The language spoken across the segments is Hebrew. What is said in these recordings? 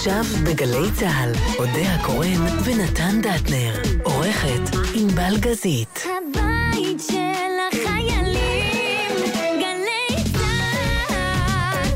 עכשיו בגלי צהל, אודיה קורן ונתן דטנר, עורכת ענבל גזית. הבית של החיילים, גלי צהל.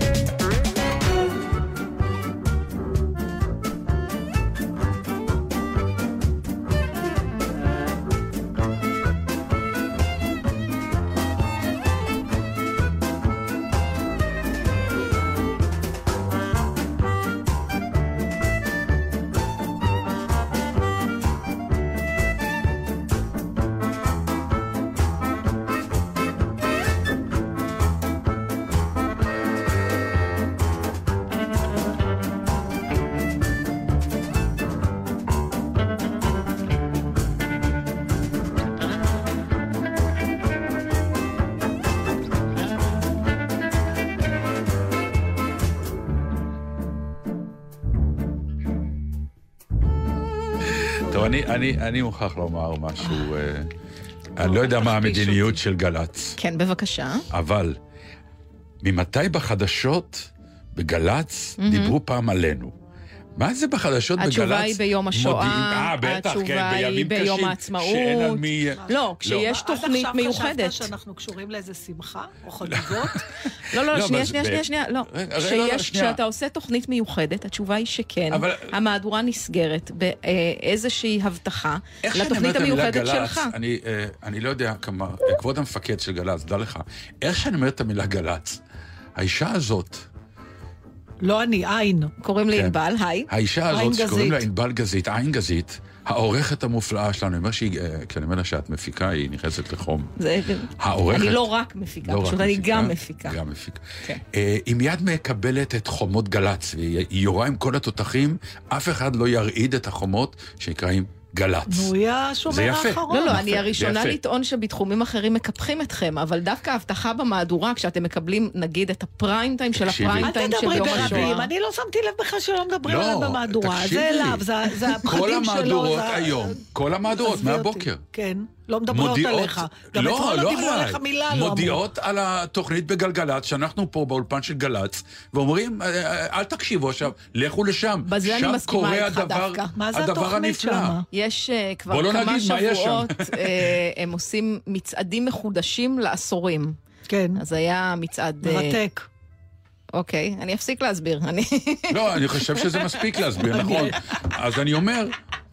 אני מוכרח לומר משהו, אני לא יודע מה המדיניות של גלץ. כן, בבקשה. אבל ממתי בחדשות בגלץ דיברו פעם עלינו? מה זה בחדשות בגלץ? התשובה היא ביום השואה, בטח, התשובה כן, היא בימים ביום קשים, העצמאות. שאין על מי... לא, כשיש תוכנית מיוחדת. עד עכשיו חשבת שאנחנו קשורים לאיזה שמחה או חגיגות? לא, שנייה. לא, כשאתה עושה תוכנית מיוחדת, התשובה היא שכן, המהדורה נסגרת באיזושהי הבטחה לתוכנית המיוחדת שלך. אני לא יודע כמה, כבוד המפקד של גלץ, דע לך, איך שאני אומר את המילה גלץ, האישה הזאת, לא אני, עין. קוראים לי ענבל, היי. האישה הזאת שקוראים לה ענבל גזית, עין גזית, העורכת המופלאה שלנו, כשאני אומר לה שאת מפיקה, היא נכנסת לחום. אני לא רק מפיקה, פשוט אני גם מפיקה. גם מפיקה. היא מיד מקבלת את חומות גלץ, והיא יורה עם כל התותחים, אף אחד לא ירעיד את החומות שנקראים גלץ. נו, היא השומר האחרון. לא, אני הראשונה לטעון שבתחומים אחרים מקפחים אתכם, אבל דווקא ההבטחה במהדורה, כשאתם מקבלים, נגיד, את הפריים טיים של הפריים טיים של יום השואה. אני לא שמתי לב בכלל שלא מדברים עליהם במהדורה. זה אליו, זה הפחדים שלו. כל המהדורות היום, כל המהדורות, מהבוקר. כן. לא מדברות עליך. גם אתמול לא דיברו עליך מילה, לא אמרו. מודיעות על התוכנית בגלגלץ, שאנחנו פה באולפן של גלץ, ואומרים, אל תקשיבו עכשיו, לכו לשם. בזה אני מסכימה איתך דווקא. מה זה התוכנית שם? יש כבר כמה שבועות, הם עושים מצעדים מחודשים לעשורים. כן. אז היה מצעד... מרתק. אוקיי, אני אפסיק להסביר. לא, אני חושב שזה מספיק להסביר, נכון. אז אני אומר...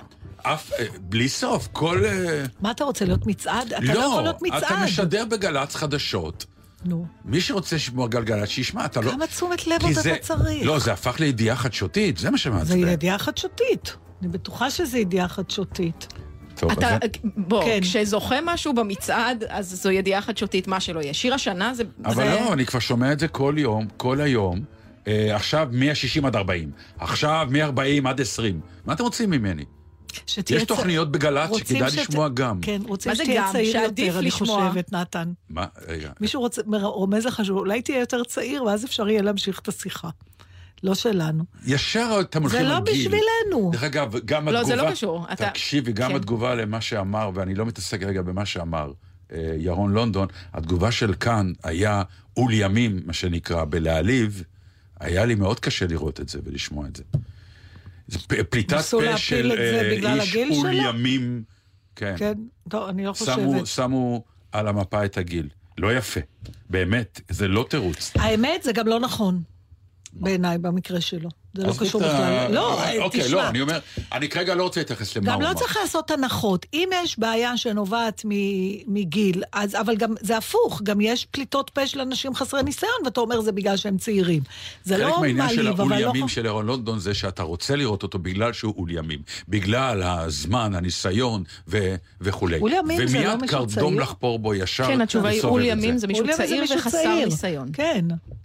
בלי סוף, כל... מה אתה רוצה, להיות מצעד? אתה לא יכול להיות מצעד. אתה משדר בגלץ חדשות. נו. מי שרוצה לשמוע גלגלץ, שישמע, אתה לא... כמה תשומת לב אתה צריך. לא, זה הפך לידיעה חדשותית, זה מה שמעצבן. זה ידיעה חדשותית. אני בטוחה שזה ידיעה חדשותית. בוא, כשזוכה משהו במצעד, אז זו ידיעה חדשותית, מה שלא יהיה. שיר השנה זה... אבל לא, אני כבר שומע את זה כל יום, כל היום. עכשיו 160 עד 40. עכשיו 140 עד 20. מה אתם רוצים ממני? יש תוכניות בגלץ שכדאי לשמוע גם. כן, רוצים שתהיה צעיר יותר, אני חושבת, נתן. מה? רגע. מישהו רומז לך שאולי תהיה יותר צעיר, ואז אפשר יהיה להמשיך את השיחה. לא שלנו. ישר אתם הולכים לגיל. זה לא בשבילנו. דרך אגב, גם התגובה... לא, זה לא קשור. תקשיבי, גם התגובה למה שאמר, ואני לא מתעסק רגע במה שאמר ירון לונדון, התגובה של כאן היה אול ימים, מה שנקרא, בלהליב, היה לי מאוד קשה לראות את זה ולשמוע את זה. זה פליטת פה של איש אול ימים. כן. כן, טוב, אני לא חושבת. שמו על המפה את הגיל. לא יפה. באמת, זה לא תירוץ. האמת, זה גם לא נכון. בעיניי, במקרה שלו. זה לא קשור בכלל. לא, אוקיי, לא, אני אומר, אני כרגע לא רוצה להתייחס למה הוא אמר. גם לא צריך לעשות הנחות. אם יש בעיה שנובעת מגיל, אבל גם זה הפוך, גם יש פליטות פה של אנשים חסרי ניסיון, ואתה אומר זה בגלל שהם צעירים. זה לא מעליב, אבל לא... חלק מהעניין של האול ימים של ירון לונדון זה שאתה רוצה לראות אותו בגלל שהוא אול ימים. בגלל הזמן, הניסיון וכו'. אול ימים זה לא ומיד קרדום לחפור בו ישר. כן, התשובה היא אול ימים זה מישהו צעיר וחסר ניסיון. כן.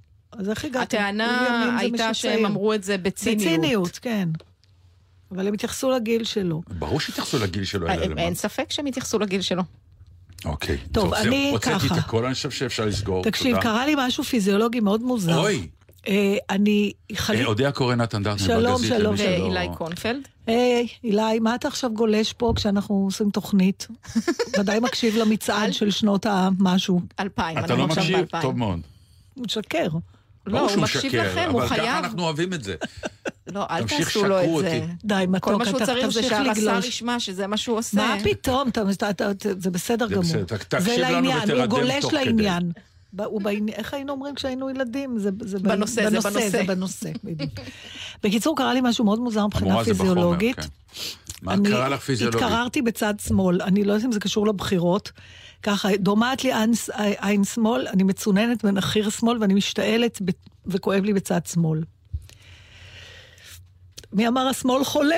הטענה הייתה שהם אמרו את זה בציניות. בציניות, כן. אבל הם התייחסו לגיל שלו. ברור שהתייחסו לגיל שלו. אין ספק שהם התייחסו לגיל שלו. אוקיי. טוב, אני ככה. הוצאתי את הכל, אני חושב שאפשר לסגור. תקשיב, קרה לי משהו פיזיולוגי מאוד מוזר. אוי. אני... אודיה קורן נתן דטנר. שלום. ואילי קונפלד. אילי, מה אתה עכשיו גולש פה כשאנחנו עושים תוכנית? ודאי מקשיב למצעד של שנות המשהו. 2000. אתה לא מקשיב? טוב מאוד. הוא שקר. לא, הוא מקשיב לכם, הוא חייב. אבל ככה אנחנו אוהבים את זה. לא, אל תעשו לו את זה. די, מתוק, כל מה שהוא צריך זה שהרס"ר ישמע שזה מה שהוא עושה. מה פתאום? זה בסדר גמור. זה לעניין, הוא גולש לעניין. איך היינו אומרים כשהיינו ילדים? זה בנושא. בקיצור, קרה לי משהו מאוד מוזר מבחינה פיזיולוגית. מה קרה לך פיזיולוגית? התקררתי בצד שמאל, אני לא יודעת אם זה קשור לבחירות, ככה, דומעת לי עין שמאל, אני מצוננת בנחיר שמאל, ואני משתעלת וכואב לי בצד שמאל. מי אמר השמאל חולה?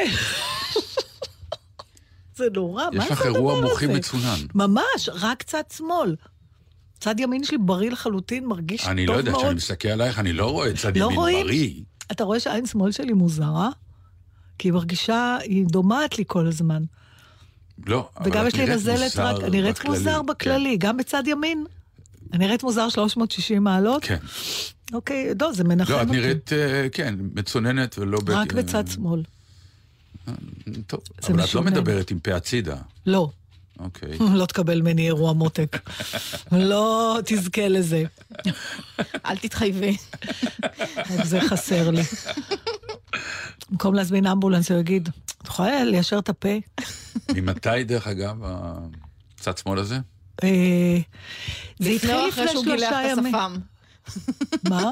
זה נורא, מה זה הדבר הזה? יש לך אירוע מוחי מצונן. ממש, רק צד שמאל. צד ימין שלי בריא לחלוטין, מרגיש טוב מאוד. אני לא יודעת שאני מסתכל עלייך, אני לא רואה צד ימין בריא. אתה רואה שהעין שמאל שלי מוזרה? כי היא מרגישה, היא דומעת לי כל הזמן. לא, וגם יש לי נזלת רק, אני נראית מוזר בכללי, גם בצד ימין. אני נראית מוזר 360 מעלות? כן. אוקיי, לא, זה מנחם אותי. לא, את נראית, כן, מצוננת ולא... רק בצד שמאל. טוב, אבל את לא מדברת עם פה הצידה. לא. אוקיי. לא תקבל מני אירוע מותק. לא תזכה לזה. אל תתחייבי. זה חסר לי. במקום להזמין אמבולנס, הוא יגיד, את יכולה ליישר את הפה? ממתי, דרך אגב, הצד שמאל הזה? זה התחיל לפני 3 ימים. מה?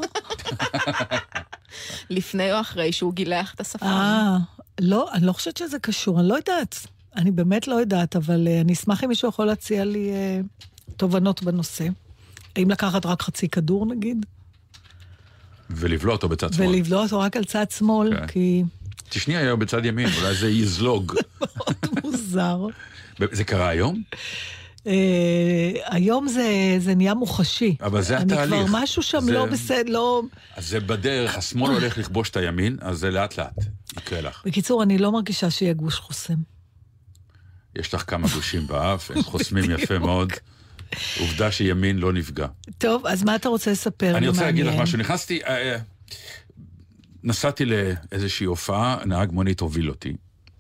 לפני או אחרי שהוא גילח את השפם. לא, אני לא חושבת שזה קשור, אני לא יודעת. אני באמת לא יודעת, אבל אני אשמח אם מישהו יכול להציע לי תובנות בנושא. האם לקחת רק חצי כדור, נגיד? ולבלוע אותו בצד שמאל. ולבלוע אותו רק על צד שמאל, כי... תשני היום בצד ימין, אולי זה יזלוג. מאוד מוזר. זה קרה היום? היום זה נהיה מוחשי. אבל זה התהליך. אני כבר משהו שם לא בסדר, לא... אז זה בדרך, השמאל הולך לכבוש את הימין, אז זה לאט לאט יקרה לך. בקיצור, אני לא מרגישה שיהיה גוש חוסם. יש לך כמה גושים באף, הם חוסמים יפה מאוד. עובדה שימין לא נפגע. טוב, אז מה אתה רוצה לספר? אני רוצה להגיד לך משהו. נסעתי לאיזושהי הופעה, נהג מונית הוביל אותי.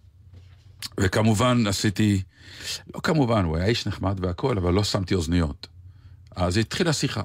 וכמובן עשיתי, לא כמובן, הוא היה איש נחמד והכל, אבל לא שמתי אוזניות. אז התחילה שיחה.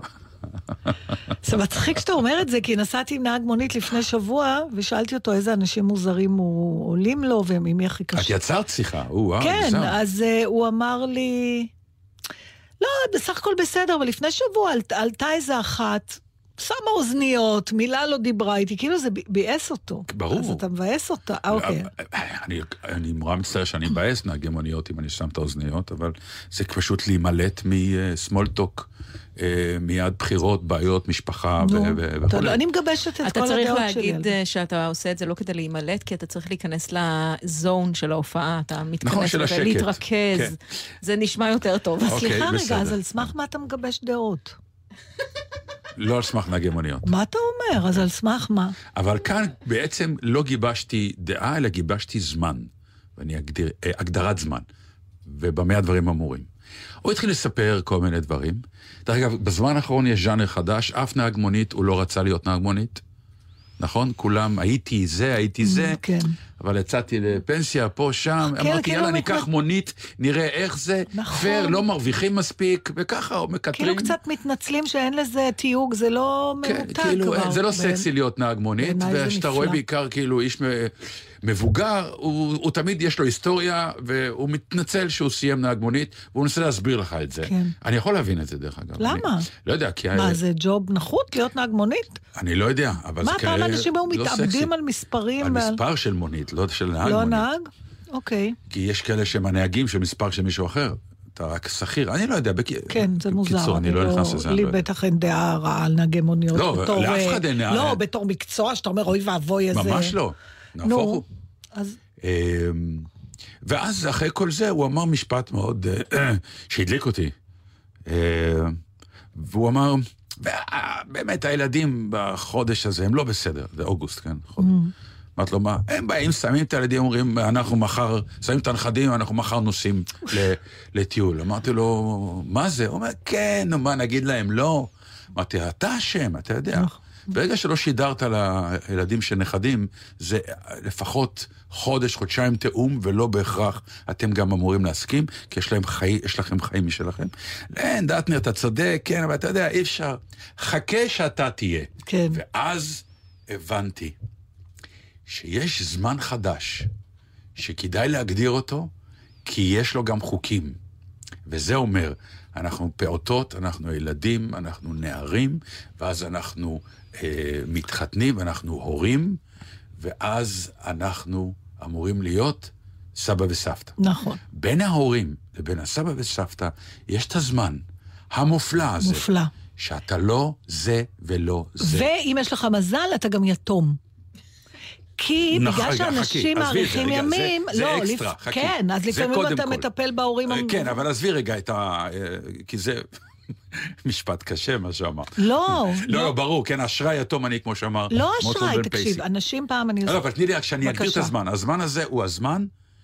זה מצחיק שאתה אומר את זה, כי נסעתי עם נהג מונית לפני שבוע, ושאלתי אותו איזה אנשים מוזרים הוא עולים לו, ומי הכי קשה. את יצרת שיחה, כן, אז הוא אמר לי, לא, בסך הכל בסדר, אבל לפני שבוע עלתה איזה אחת, שמה אוזניות, מילה לא דיברה איתי, כאילו זה ביאס אותו. ברור. אז אתה מבאס אותה, אוקיי. אני נורא מצטער שאני מבאס נהגי מוניות אם אני שם את האוזניות, אבל זה פשוט להימלט מסמולטוק, מיד בחירות, בעיות, משפחה וכו'. אני מגבשת את כל הדעות שלי. אתה צריך להגיד שאתה עושה את זה לא כדי להימלט, כי אתה צריך להיכנס לזון של ההופעה, אתה מתכנס כדי להתרכז. זה נשמע יותר טוב. סליחה רגע, אז על סמך מה אתה מגבש דעות? לא על סמך נהגי מוניות. מה אתה אומר? אז על סמך מה? אבל כאן בעצם לא גיבשתי דעה, אלא גיבשתי זמן. ואני אגדיר, הגדרת זמן. ובמה הדברים אמורים. הוא התחיל לספר כל מיני דברים. דרך אגב, בזמן האחרון יש ז'אנר חדש, אף נהג מונית הוא לא רצה להיות נהג מונית. נכון? כולם, הייתי זה, כן. אבל יצאתי לפנסיה, פה, שם, אמרתי, יאללה, ניקח מונית, נראה איך זה, פייר, לא מרוויחים מספיק, וככה, או מקטרים. כאילו קצת מתנצלים שאין לזה תיוג, זה לא ממותג כבר. זה לא סקסי להיות נהג מונית, ושאתה רואה בעיקר כאילו איש מבוגר, הוא תמיד יש לו היסטוריה, והוא מתנצל שהוא סיים נהג מונית, והוא מנסה להסביר לך את זה. אני יכול להבין את זה, דרך אגב. למה? לא יודע, כי... מה, זה ג'וב נחות להיות נהג מונית? אני לא יודע, אבל זה כנראה מה, פעם אנשים היו מתאבדים על מספרים? על מספר של מונית, לא של נהג מונית. לא נהג? אוקיי. כי יש כאלה שהם הנהגים של מספר של מישהו אחר. אתה רק שכיר, אני לא יודע. כן, זה מוזר. בקיצור, אני לא נכנס לזה. לי בטח אין דעה רעה על נהגי מוניות. לא, לאף אחד אין דעה. לא, בתור מקצוע שאתה אומר, אוי ואבוי איזה... ממש לא. נהפוך הוא. ואז אחרי כל זה הוא אמר משפט מאוד שהדליק אותי. והוא אמר, באמת הילדים בחודש הזה הם לא בסדר, זה אוגוסט, כן? אמרת לו, מה? הם באים, שמים את הילדים, אומרים, אנחנו מחר, שמים את הנכדים, אנחנו מחר נוסעים לטיול. אמרתי לו, מה זה? הוא אומר, כן, מה נגיד להם, לא. אמרתי, אתה אשם, אתה יודע. ברגע שלא שידרת לילדים של נכדים, זה לפחות חודש, חודשיים תאום, ולא בהכרח אתם גם אמורים להסכים, כי יש לכם חיים משלכם. אין, דטנר, אתה צודק, כן, אבל אתה יודע, אי אפשר. חכה שאתה תהיה. כן. ואז הבנתי שיש זמן חדש, שכדאי להגדיר אותו, כי יש לו גם חוקים. וזה אומר, אנחנו פעוטות, אנחנו ילדים, אנחנו נערים, ואז אנחנו מתחתנים, אנחנו הורים, ואז אנחנו אמורים להיות סבא וסבתא. נכון. בין ההורים לבין הסבא וסבתא, יש את הזמן המופלא הזה. מופלא. שאתה לא זה ולא זה. ואם יש לך מזל, אתה גם יתום. כי בגלל שאנשים מעריכים ימים... זה אקסטרה, חכי. כן, אז לפעמים אתה מטפל בהורים... כן, אבל עזבי רגע את ה... כי זה משפט קשה, מה שאמר. לא, ברור, כן, אשראי יתום אני, כמו שאמר. לא אשראי, תקשיב, אנשים פעם אני... לא, אבל תני לי, כשאני אגדיר את הזמן. הזמן הזה הוא הזמן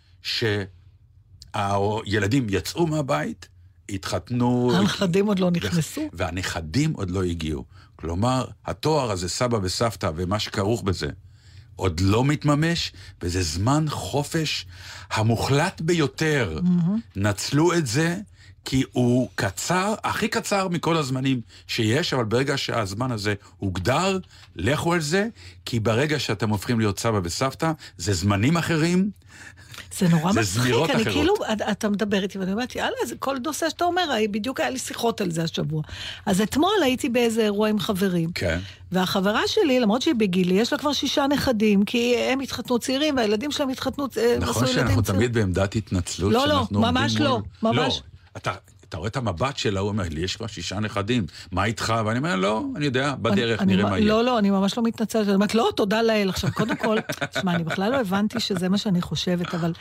שהילדים יצאו מהבית, התחתנו... הנכדים עוד לא נכנסו. והנכדים עוד לא הגיעו. כלומר, התואר הזה, סבא וסבתא, ומה שכרוך בזה, עוד לא מתממש, וזה זמן חופש המוחלט ביותר. נצלו את זה, כי הוא קצר, הכי קצר מכל הזמנים שיש, אבל ברגע שהזמן הזה הוגדר, לכו על זה, כי ברגע שאתם הופכים להיות סבא וסבתא, זה זמנים אחרים, זה נורא מצחיק, אני כאילו, אתה מדבר איתי, ואני אומרת, יאללה, כל נושא שאתה אומר, בדיוק היה לי שיחות על זה השבוע. אז אתמול הייתי באיזה אירוע עם חברים. כן. והחברה שלי, למרות שהיא בגילי, יש לה כבר 6 נכדים, כי הם התחתנו צעירים, והילדים שלהם התחתנו... נכון שאנחנו תמיד בעמדת התנצלות. לא, ממש לא, ממש. אתה רואה את המבט שלה, הוא אומר, לי יש כבר 6 נכדים, מה איתך? ואני אומר, לא, אני יודע, בדרך נראה מה יהיה. לא, אני ממש לא מתנצלת. אני אומרת, לא, תודה לאל. עכשיו, קודם כל, תשמע, אני בכלל לא הבנתי שזה מה שאני חושבת, אבל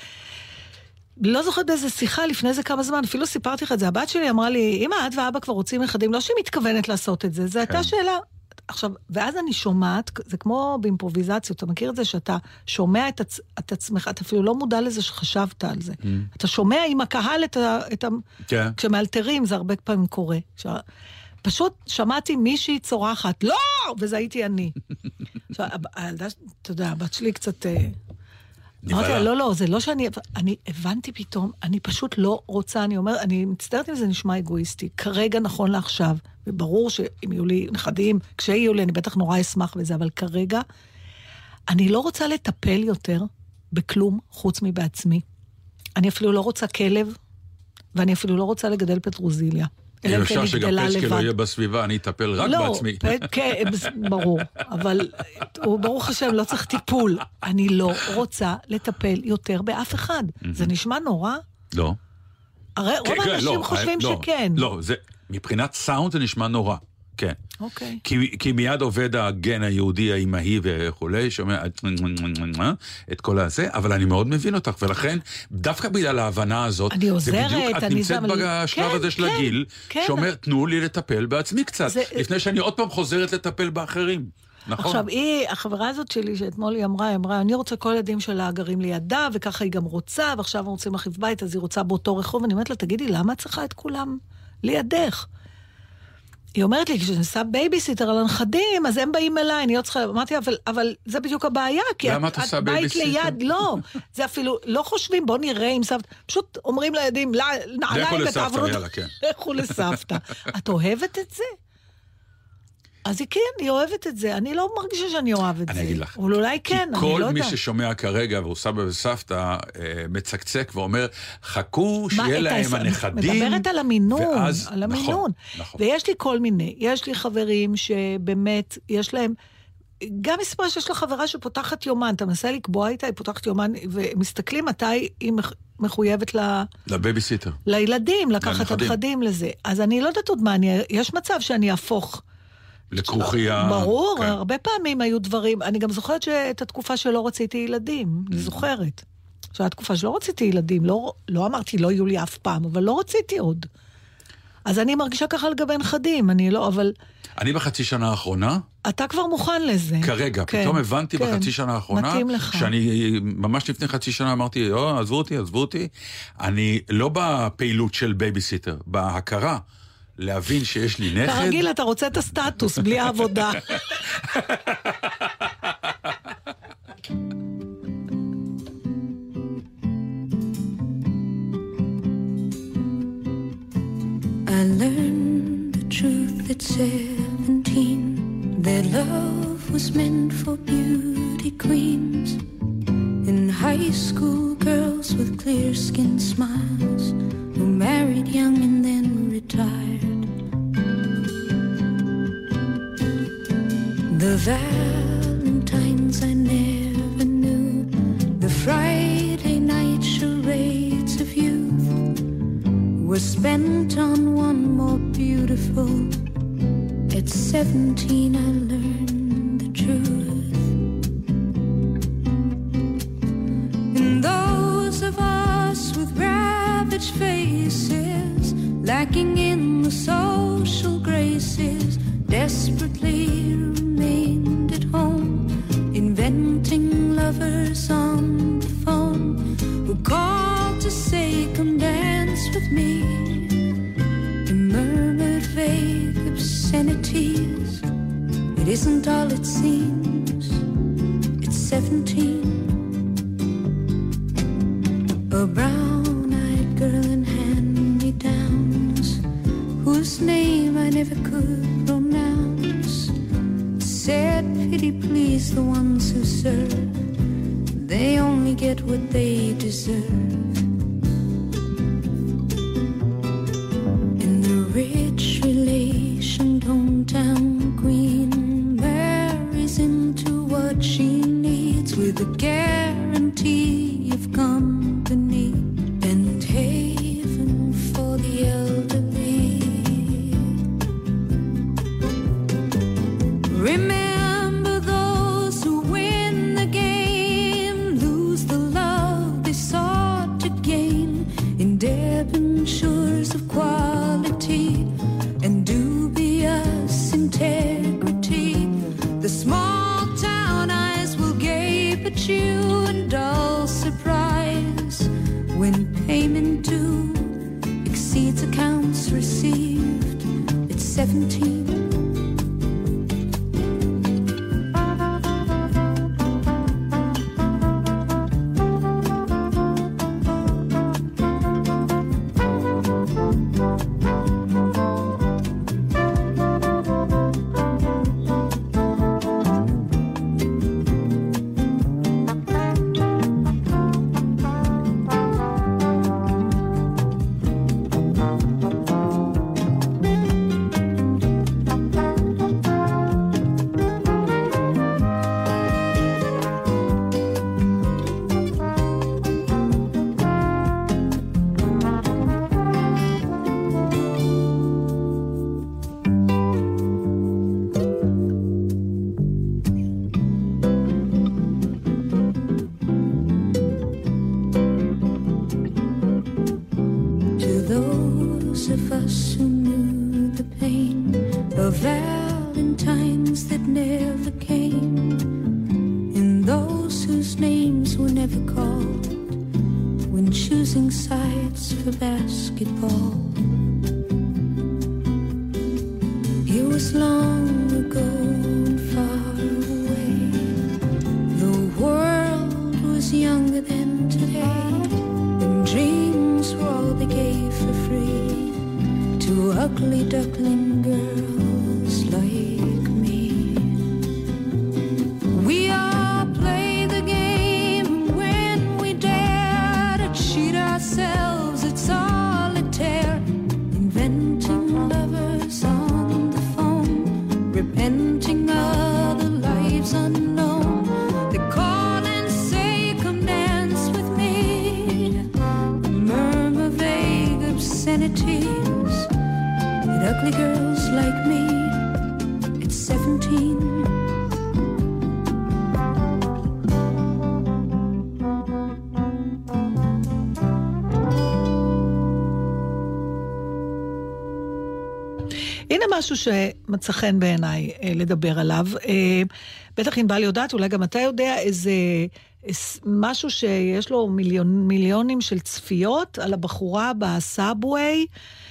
לא זוכרת באיזה שיחה לפני זה כמה זמן, אפילו סיפרתי לך את זה. הבת שלי אמרה לי, אמא, את ואבא כבר רוצים נכדים, לא שהיא מתכוונת לעשות את זה, זו הייתה שאלה. עכשיו, ואז אני שומעת, זה כמו באימפרוביזציות, אתה מכיר את זה שאתה שומע את עצמך, אתה אפילו לא מודע לזה שחשבת על זה. אתה שומע עם הקהל כשמאלתרים, זה הרבה פעמים קורה. פשוט שמעתי מישהי צורחת, לא! וזה הייתי אני. עכשיו, אתה יודע, הבת שלי קצת... אמרתי, לא, זה לא שאני הבנתי פתאום, אני פשוט לא רוצה, אני מצטערת אם זה נשמע אגואיסטי, כרגע נכון לעכשיו, וברור שאם יהיו לי נכדים, כשיהיו לי, אני בטח נורא אשמח וזה, אבל כרגע, אני לא רוצה לטפל יותר בכלום חוץ מבעצמי. אני אפילו לא רוצה כלב, ואני אפילו לא רוצה לגדל פטרוזיליה. אם אפשר שגם פצ'קה לא יהיה בסביבה, אני אטפל רק בעצמי. לא, ברור, אבל ברוך השם לא צריך טיפול. אני לא רוצה לטפל יותר באף אחד. זה נשמע נורא? לא. הרי רוב האנשים חושבים שכן. לא, מבחינת סאונד זה נשמע נורא. כן. אוקיי. כי מיד עובד הגן היהודי, האימהי וכולי, שומע את כל הזה, אבל אני מאוד מבין אותך, ולכן, דווקא בגלל ההבנה הזאת, אני עוזרת, את נמצאת בשלב הזה של הגיל, שאומר, תנו לי לטפל בעצמי קצת, לפני שאני עוד פעם חוזרת לטפל באחרים. נכון. עכשיו, החברה הזאת שלי, שאתמול היא אמרה, אני רוצה כל ילדים שלה גרים לידה, וככה היא גם רוצה, ועכשיו הם רוצים להחליף בית, אז היא רוצה באותו רחוב, ואני אומרת לה, תגידי, למה את צריכה את כולם לידך? היא אומרת לי, כשנסע בייביסיטר על הנכדים, אז הם באים אליי, אני לא צריכה, אמרתי, אבל זה בדיוק הבעיה, כי את בית ליד, לא, זה אפילו, לא חושבים, בוא נראה עם סבתא, פשוט אומרים לילדים, לכו לסבתא, יאללה, כן. לכו לסבתא. את אוהבת את זה? אז היא כן, היא אוהבת את זה, אני לא מרגישה שאני אוהב את זה. אני אגיד לך. אבל אולי כן, אני לא יודעת. כי כל מי ששומע כרגע, והוא סבא וסבתא, מצקצק ואומר, חכו שיהיה להם הנכדים. מדברת על המינון, על המינון. נכון. ויש לי כל מיני, יש לי חברים שבאמת, יש להם, גם מספר שיש לה חברה שפותחת יומן, אתה מנסה לקבוע איתה, היא פותחת יומן, ומסתכלים מתי היא מחויבת לבייביסיטר. לילדים, לקחת הנכדים לזה. אז אני לא יודעת עוד מה, יש מצב שאני אהפוך לכרוכיה. ברור, כן. הרבה פעמים היו דברים, אני גם זוכרת שאת התקופה שלא רציתי ילדים, אני זוכרת. זו התקופה שלא רציתי ילדים, לא אמרתי לא יהיו לי אף פעם, אבל לא רציתי עוד. אז אני מרגישה ככה לגבי נכדים, אני בחצי שנה האחרונה. אתה כבר מוכן לזה. כרגע, כן, פתאום הבנתי כן, בחצי שנה האחרונה, מתאים לך. שאני ממש לפני חצי שנה אמרתי, עזבו אותי. אני לא בפעילות של בייביסיטר, בהכרה. להבין שיש לי נכד. כרגיל, אתה רוצה את הסטטוס, בלי העבודה. I learned the truth at 17, that love was meant for beauty queens, clear-skinned smiles, who married young and then retired. The Valentines I never knew, the Friday night charades of youth were spent on one more beautiful. At 17 I learned the truth. And those of us with ravaged faces, lacking in the social graces, desperately remained at home, inventing lovers on the phone who called to say, come dance with me, and murmured vague obscenities. It isn't all it seems. It's 17. A brown-eyed girl in hand-me-downs, whose name I never could pronounce, said, pity please the ones who serve, they only get what they deserve. And the rich relation hometown queen marries into what she needs, with a guarantee of company and haven for the elderly. Remember those who win the game, lose the love they sought to gain, in debentures of quality and dubious integrity. The small town eyes will gape at you in dull surprise when payment due exceeds accounts received. It's 17. משהו שמצא חן בעיניי לדבר עליו. בטח ענבל יודעת, אולי גם אתה יודע, איזה משהו שיש לו מיליונים של צפיות על הבחורה בסאבווי,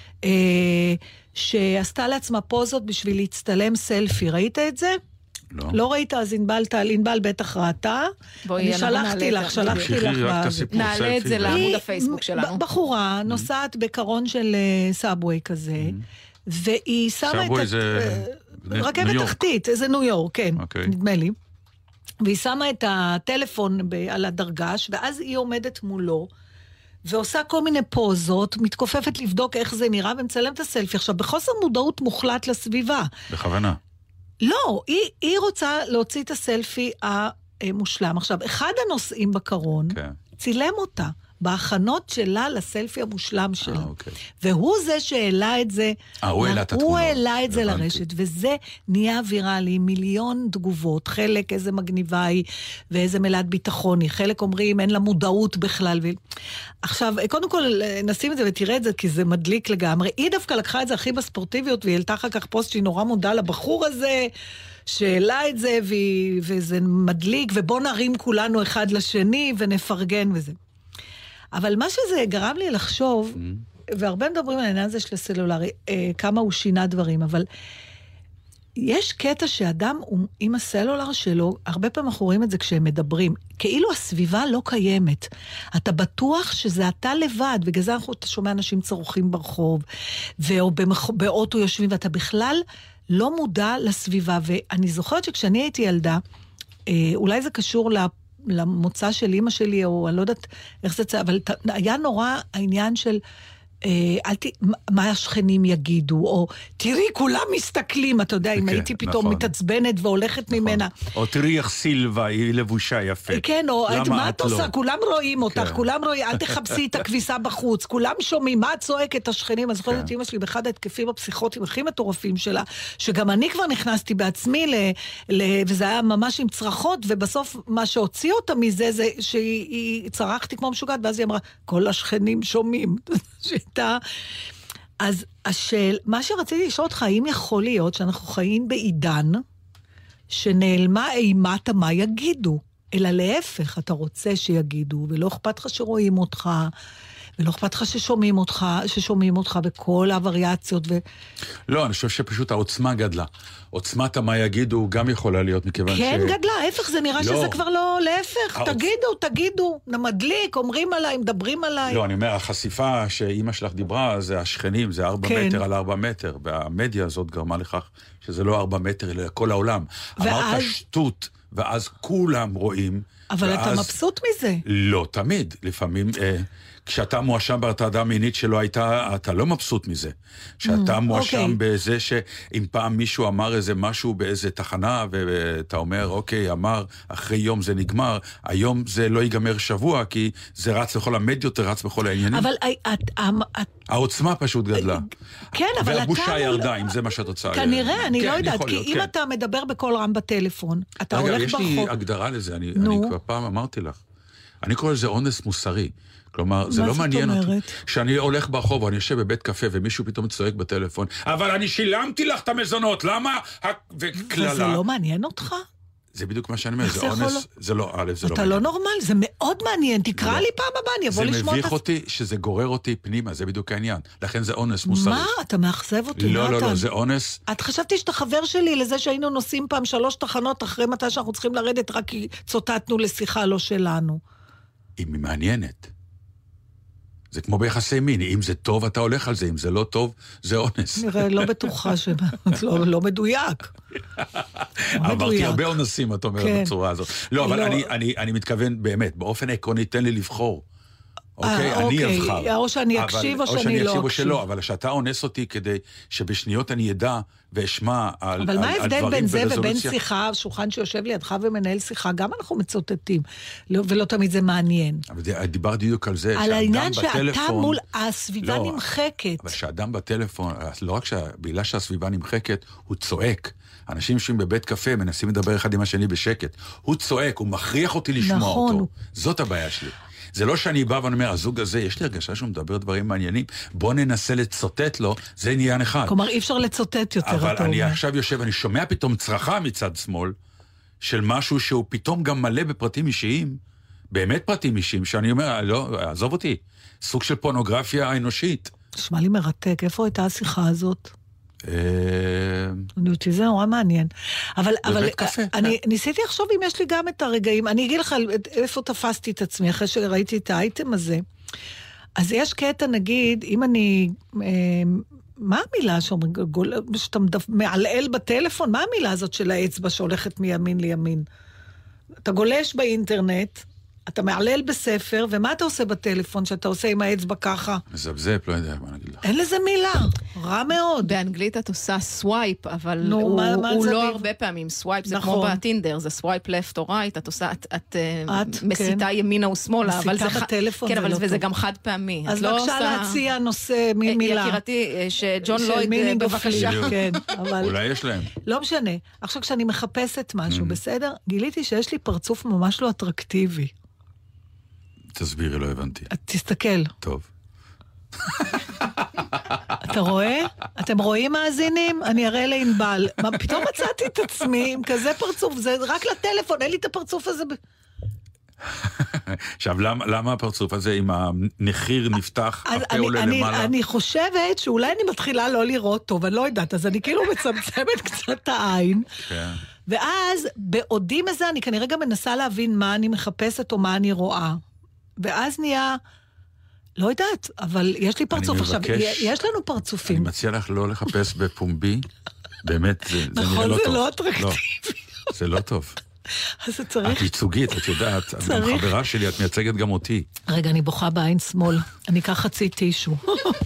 שעשתה לעצמה פוזות בשביל להצטלם סלפי. ראית את זה? לא. לא ראית, אז ענבל בטח ראתה. אני שלחתי לך. נעלה את זה לעמוד הפייסבוק שלנו. בחורה נוסעת בקרון של סאבווי כזה, והיא שמה את רכבת תחתית, איזה ניו יורק, כן, נדמה לי. והיא שמה את הטלפון על הדרגש, ואז היא עומדת מולו, ועושה כל מיני פוזות, מתכופפת לבדוק איך זה נראה, ומצלם את הסלפי. עכשיו, בחוסר מודעות מוחלט לסביבה. בכוונה. לא, היא רוצה להוציא את הסלפי המושלם. עכשיו, אחד הנושאים בקרון, צילם אותה. בהכנות שלה לסלפי המושלם שלה. אוקיי. והוא זה שהעלה את זה, הוא העלה את התמונות. הוא העלה את זה לרשת, וזה נהיה ויראלי, מיליון תגובות, חלק איזה מגניבה היא, ואיזה מלאת ביטחון היא, חלק אומרים אין לה מודעות בכלל. עכשיו, קודם כל נשים את זה ותראה את זה, כי זה מדליק לגמרי. היא דווקא לקחה את זה הכי בספורטיביות, והיא העלתה אחר כך פוסט שהיא נורא מודה לבחור הזה, שהעלה את זה, וזה מדליק, ובוא נרים כולנו אחד לשני, ונפרגן וזה. אבל מה שזה גרם לי לחשוב, והרבה מדברים על העניין הזה של הסלולרי, כמה הוא שינה דברים, אבל יש קטע שאדם עם הסלולר שלו, הרבה פעמים אנחנו רואים את זה כשהם מדברים, כאילו הסביבה לא קיימת. אתה בטוח שזה אתה לבד, בגלל זה אתה שומע אנשים צורכים ברחוב, או באוטו יושבים, ואתה בכלל לא מודע לסביבה. ואני זוכרת שכשאני הייתי ילדה, אולי זה קשור למוצא של אמא שלי, או אני לא יודעת איך זה, אבל היה נורא העניין של, מה השכנים יגידו, או תראי, כולם מסתכלים, אתה יודע, אם הייתי פתאום מתעצבנת והולכת ממנה. או תראי איך סילבה, היא לבושה יפה. כן, או מה את עושה? כולם רואים אותך, כולם רואים, אל תחפשי את הכביסה בחוץ, כולם שומעים, מה את צועקת השכנים? אז זוכרת את אמא שלי באחד ההתקפים הפסיכוטיים הכי מטורפים שלה, שגם אני כבר נכנסתי בעצמי, וזה היה ממש עם צרחות, ובסוף מה שהוציא אותה מזה, זה שהיא צרחתי כמו משוגעת, ואז היא אמרה, כל השכנים שומעים. אז מה שרציתי לשאול אותך, האם יכול להיות שאנחנו חיים בעידן שנעלמה אימת מה יגידו, אלא להפך, אתה רוצה שיגידו, ולא אכפת לך שרואים אותך, ולא אכפת לך ששומעים אותך בכל הווריאציות. לא, אני חושב שפשוט העוצמה גדלה. עוצמת מה יגידו גם יכולה להיות מכיוון כן, גדלה, ההפך, זה נראה שזה כבר לא, להפך, תגידו, מדליק, אומרים עליי, מדברים עליי. לא, אני אומר, החשיפה שאימא שלך דיברה, זה השכנים, זה 4 מטר על 4 מטר, והמדיה הזאת גרמה לכך שזה לא 4 מטר, אלא כל העולם. אמרת שטות, ואז כולם רואים. אבל אתה מבסוט מזה. לא, תמיד, לפעמים... כשאתה מואשם בהטרדה מינית שלא הייתה, אתה לא מבסוט מזה. כשאתה מואשם בזה שאם פעם מישהו אמר איזה משהו באיזה תחנה, ואתה אומר, אוקיי, אמר, אחרי יום זה נגמר, היום זה לא ייגמר שבוע, כי זה רץ בכל המדיות, זה רץ בכל העניינים. אבל העוצמה פשוט גדלה. כן, אבל והבושה ירדה, אם זה מה שאת רוצה. כנראה, אני לא יודעת, כי אם אתה מדבר בכל רם בטלפון, אתה הולך ברחוב. יש לי הגדרה לזה, אני כבר פעם אמרתי לך. אני קורא לזה אונס מוסרי. כלומר, זה לא מעניין אותי. כשאני הולך ברחוב, או אני יושב בבית קפה, ומישהו פתאום צועק בטלפון, אבל אני שילמתי לך את המזונות, למה? וכללה. וזה לא מעניין אותך? זה בדיוק מה שאני אומר, זה אונס, זה לא, א', זה לא מעניין. אתה לא נורמל, זה מאוד מעניין, תקרא לי פעם הבאה, אני אבוא לשמוע זה מביך אותי, שזה גורר אותי פנימה, זה בדיוק העניין. לכן זה אונס מוסרי. מה? אתה מאכזב אותי, לא, זה אונס. את חשבתי שאתה חבר שלי לזה שהיינו נוסעים פעם 3 תחנות אחרי מתי שאנחנו צריכים לרדת, רק כי צוטטנו לשיחה לא שלנו. היא מעניינת. זה כמו ביחסי מין, אם זה טוב אתה הולך על זה, אם זה לא טוב זה אונס. נראה, לא בטוחה לא מדויק. עברתי הרבה אונסים, את אומרת, בצורה הזאת. לא, אבל אני מתכוון באמת, באופן עקרוני, תן לי לבחור. אוקיי, אני אבחר. או שאני אקשיב או שאני לא אקשיב. אבל שאתה אונס אותי כדי שבשניות אני ידע ואשמע על דברים. אבל מה ההבדל בין זה ובין שיחה, שולחן שיושב לידך ומנהל שיחה, גם אנחנו מצוטטים, ולא תמיד זה מעניין. אבל דיברתי בדיוק על זה, על העניין שאתה מול הסביבה נמחקת. אבל שאדם בטלפון, לא רק שבעילה שהסביבה נמחקת, הוא צועק. אנשים שהם בבית קפה מנסים לדבר אחד עם השני בשקט. הוא צועק, הוא מכריח אותי לשמוע אותו. זאת הבעיה שלי. זה לא שאני בא ואני אומר, הזוג הזה, יש לי הרגשה שהוא מדבר דברים מעניינים, בוא ננסה לצוטט לו, זה עניין אחד. כלומר, אי אפשר לצוטט יותר. אבל אני עכשיו יושב, אני שומע פתאום צרחה מצד שמאל, של משהו שהוא פתאום גם מלא בפרטים אישיים, באמת פרטים אישיים, שאני אומר, לא, עזוב אותי, סוג של פורנוגרפיה אנושית. נשמע לי מרתק, איפה הייתה השיחה הזאת? זה נורא מעניין. אבל אני ניסיתי לחשוב אם יש לי גם את הרגעים, אני אגיד לך איפה תפסתי את עצמי אחרי שראיתי את האייטם הזה. אז יש קטע, נגיד, אם אני, מה המילה שאתה מעלעל בטלפון? מה המילה הזאת של האצבע שהולכת מימין לימין? אתה גולש באינטרנט, אתה מעלל בספר, ומה אתה עושה בטלפון שאתה עושה עם האצבע ככה? מזבזב, לא יודע מה נגיד לך. אין לזה מילה, רע מאוד. באנגלית את עושה סווייפ, אבל הוא לא הרבה פעמים. סווייפ זה כמו בטינדר, זה סווייפ לפט או רייט, את עושה, את מסיתה ימינה או שמאלה, מסיתה בטלפון זה לא טוב. וזה גם חד פעמי. אז בבקשה להציע נושא מילה. יקירתי, שג'ון לויד בבקשה. אולי יש להם. לא משנה. עכשיו כשאני מחפשת משהו, בסדר? גיליתי שיש לי פרצוף ממש לא אטרקטיבי. תסבירי, לא הבנתי. תסתכל. טוב. אתה רואה? אתם רואים מאזינים? אני אראה לענבל. פתאום מצאתי את עצמי עם כזה פרצוף, זה רק לטלפון, אין לי את הפרצוף הזה. עכשיו, למה הפרצוף הזה עם הנחיר נפתח, הפה עולה למעלה? אני חושבת שאולי אני מתחילה לא לראות טוב, אני לא יודעת, אז אני כאילו מצמצמת קצת העין. ואז בעודי מזה אני כנראה גם מנסה להבין מה אני מחפשת או מה אני רואה. ואז נהיה, לא יודעת, אבל יש לי פרצוף. עכשיו, יש לנו פרצופים. אני מציע לך לא לחפש בפומבי, באמת, זה נראה לא טוב. נכון, זה לא אטרקטיבי. זה לא טוב. אז זה צריך... את ייצוגית, את יודעת, את גם חברה שלי, את מייצגת גם אותי. רגע, אני בוכה בעין שמאל, אני אקח חצי טישו.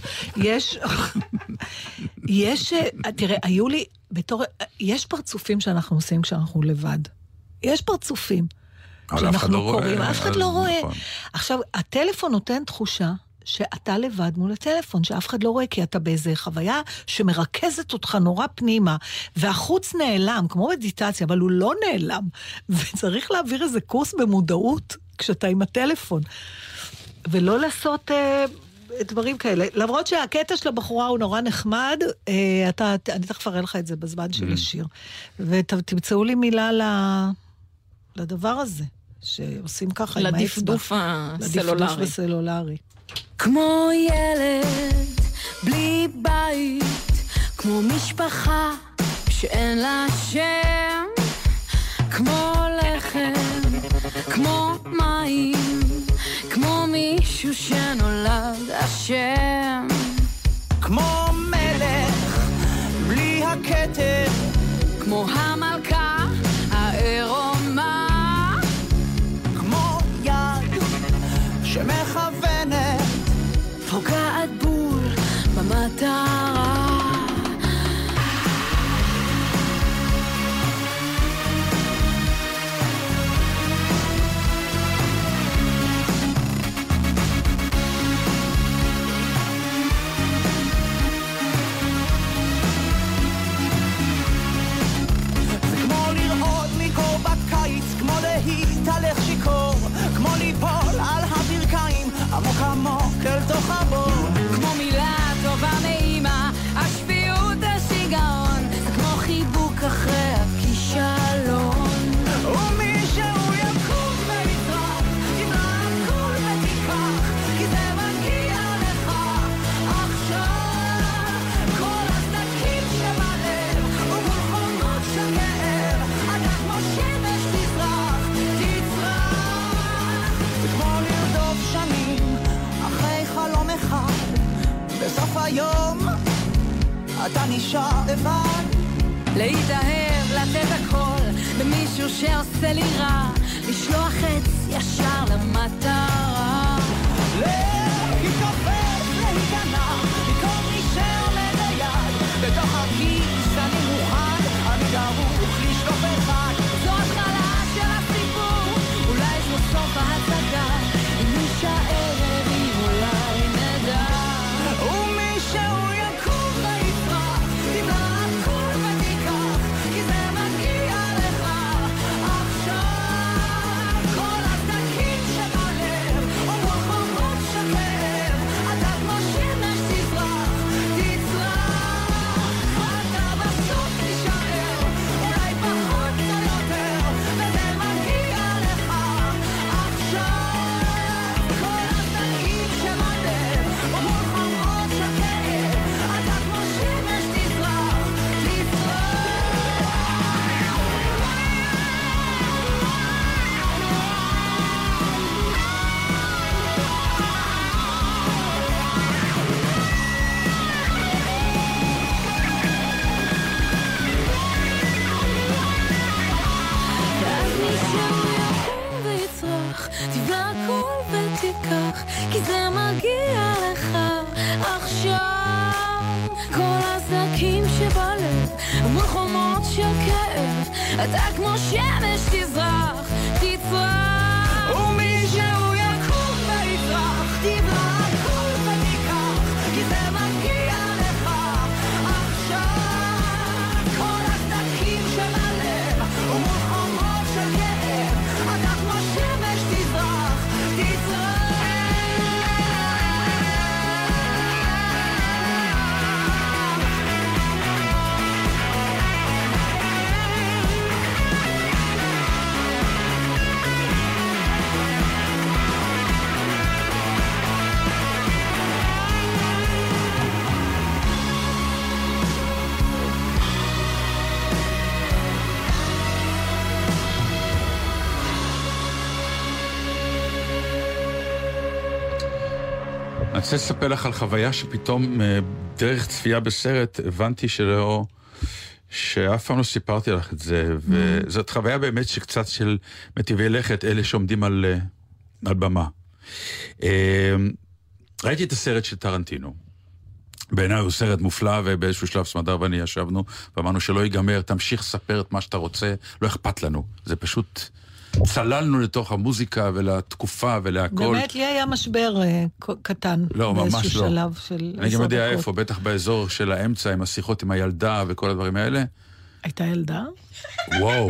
יש, תראה, היו לי, יש פרצופים שאנחנו עושים כשאנחנו לבד. יש פרצופים. כשאנחנו קוראים, אף אחד לא רואה. עכשיו, הטלפון נותן תחושה שאתה לבד מול הטלפון, שאף אחד לא רואה, כי אתה באיזה חוויה שמרכזת אותך נורא פנימה, והחוץ נעלם, כמו מדיטציה, אבל הוא לא נעלם, וצריך להעביר איזה קורס במודעות, כשאתה עם הטלפון, ולא לעשות דברים כאלה. למרות שהקטע של הבחורה הוא נורא נחמד, אני תכף אראה לך את זה בזמן של השיר, ותמצאו לי מילה לדבר הזה, שעושים ככה עם האצבע. לדפדוף הסלולרי. לדפדוף הסלולרי. כמו ילד בלי בית, כמו משפחה שאין לה שם, כמו לחם, כמו מים, כמו מישהו שנולד אשם, כמו מלך בלי הכתר, כמו המלכה העירומה, כמו יד שמכוונת, פוגעת בול במטרה. זה כמו לראות מקור בקיץ, כמו להתהלך שיקור, כמו ליפול על הברכיים עמוק עמוק אל תוך הבור, כמו מילה טובה מאימא, השפיות השיגעון, זה כמו חיבוק אחרי הכישלון. ומישהו יקום ויצרח, תמלא הכל ותיקח, כי זה מגיע לך עכשיו. כל הסדקים שבלב ומול חומות של כאב, אתה כמו שמש תזרח, תצרח. זה כמו לרדוף שנים אחרי חלום אחד, בסוף היום אתה נשאר לבד. להתאהב, לתת הכל במישהו שעושה לי רע, לשלוח חץ ישר למטרה. להתכופף, להיכנע, מכל מי שעומד ליד, בתוך הכיס אני מוכן, אני דרוך לשלוף אחד. זו התחלה של הסיפור, אולי זו סוף ההצגה, אם נשאר אם אולי נדע. ומישהו יקום ויצרח, תמלא הכל ותיקח, כי זה מגיע לך עכשיו. כל הסדקים שבלב ומול חומות של כאב, תבלע הכל ותיקח, כי זה מגיע לך עכשיו. כל הסדקים שבלב מול חומות של כאב, אתה כמו שמש תזרח, תצרח, ומישהו יקום ויצרח, תבלע הכל ותיקח, כי זה מגיע לך עכשיו. כל הסדקים שבלב מול חומות של כאב, אתה כמו שמש תזרח, תצרח. אני רוצה לספר לך על חוויה שפתאום דרך צפייה בסרט הבנתי שאף פעם לא סיפרתי לך את זה, וזאת חוויה באמת שקצת של מטיבי לכת, אלה שעומדים על במה. ראיתי את הסרט של טרנטינו. בעיניי הוא סרט מופלא, ובאיזשהו שלב סמדר ואני ישבנו, ואמרנו שלא ייגמר, תמשיך לספר את מה שאתה רוצה, לא אכפת לנו. זה פשוט צללנו לתוך המוזיקה ולתקופה ולהכל. באמת לי היה משבר קטן. לא, ממש לא. שלב של אני גם יודע איפה, בטח באזור של האמצע, עם השיחות עם הילדה וכל הדברים האלה. הייתה ילדה? וואו.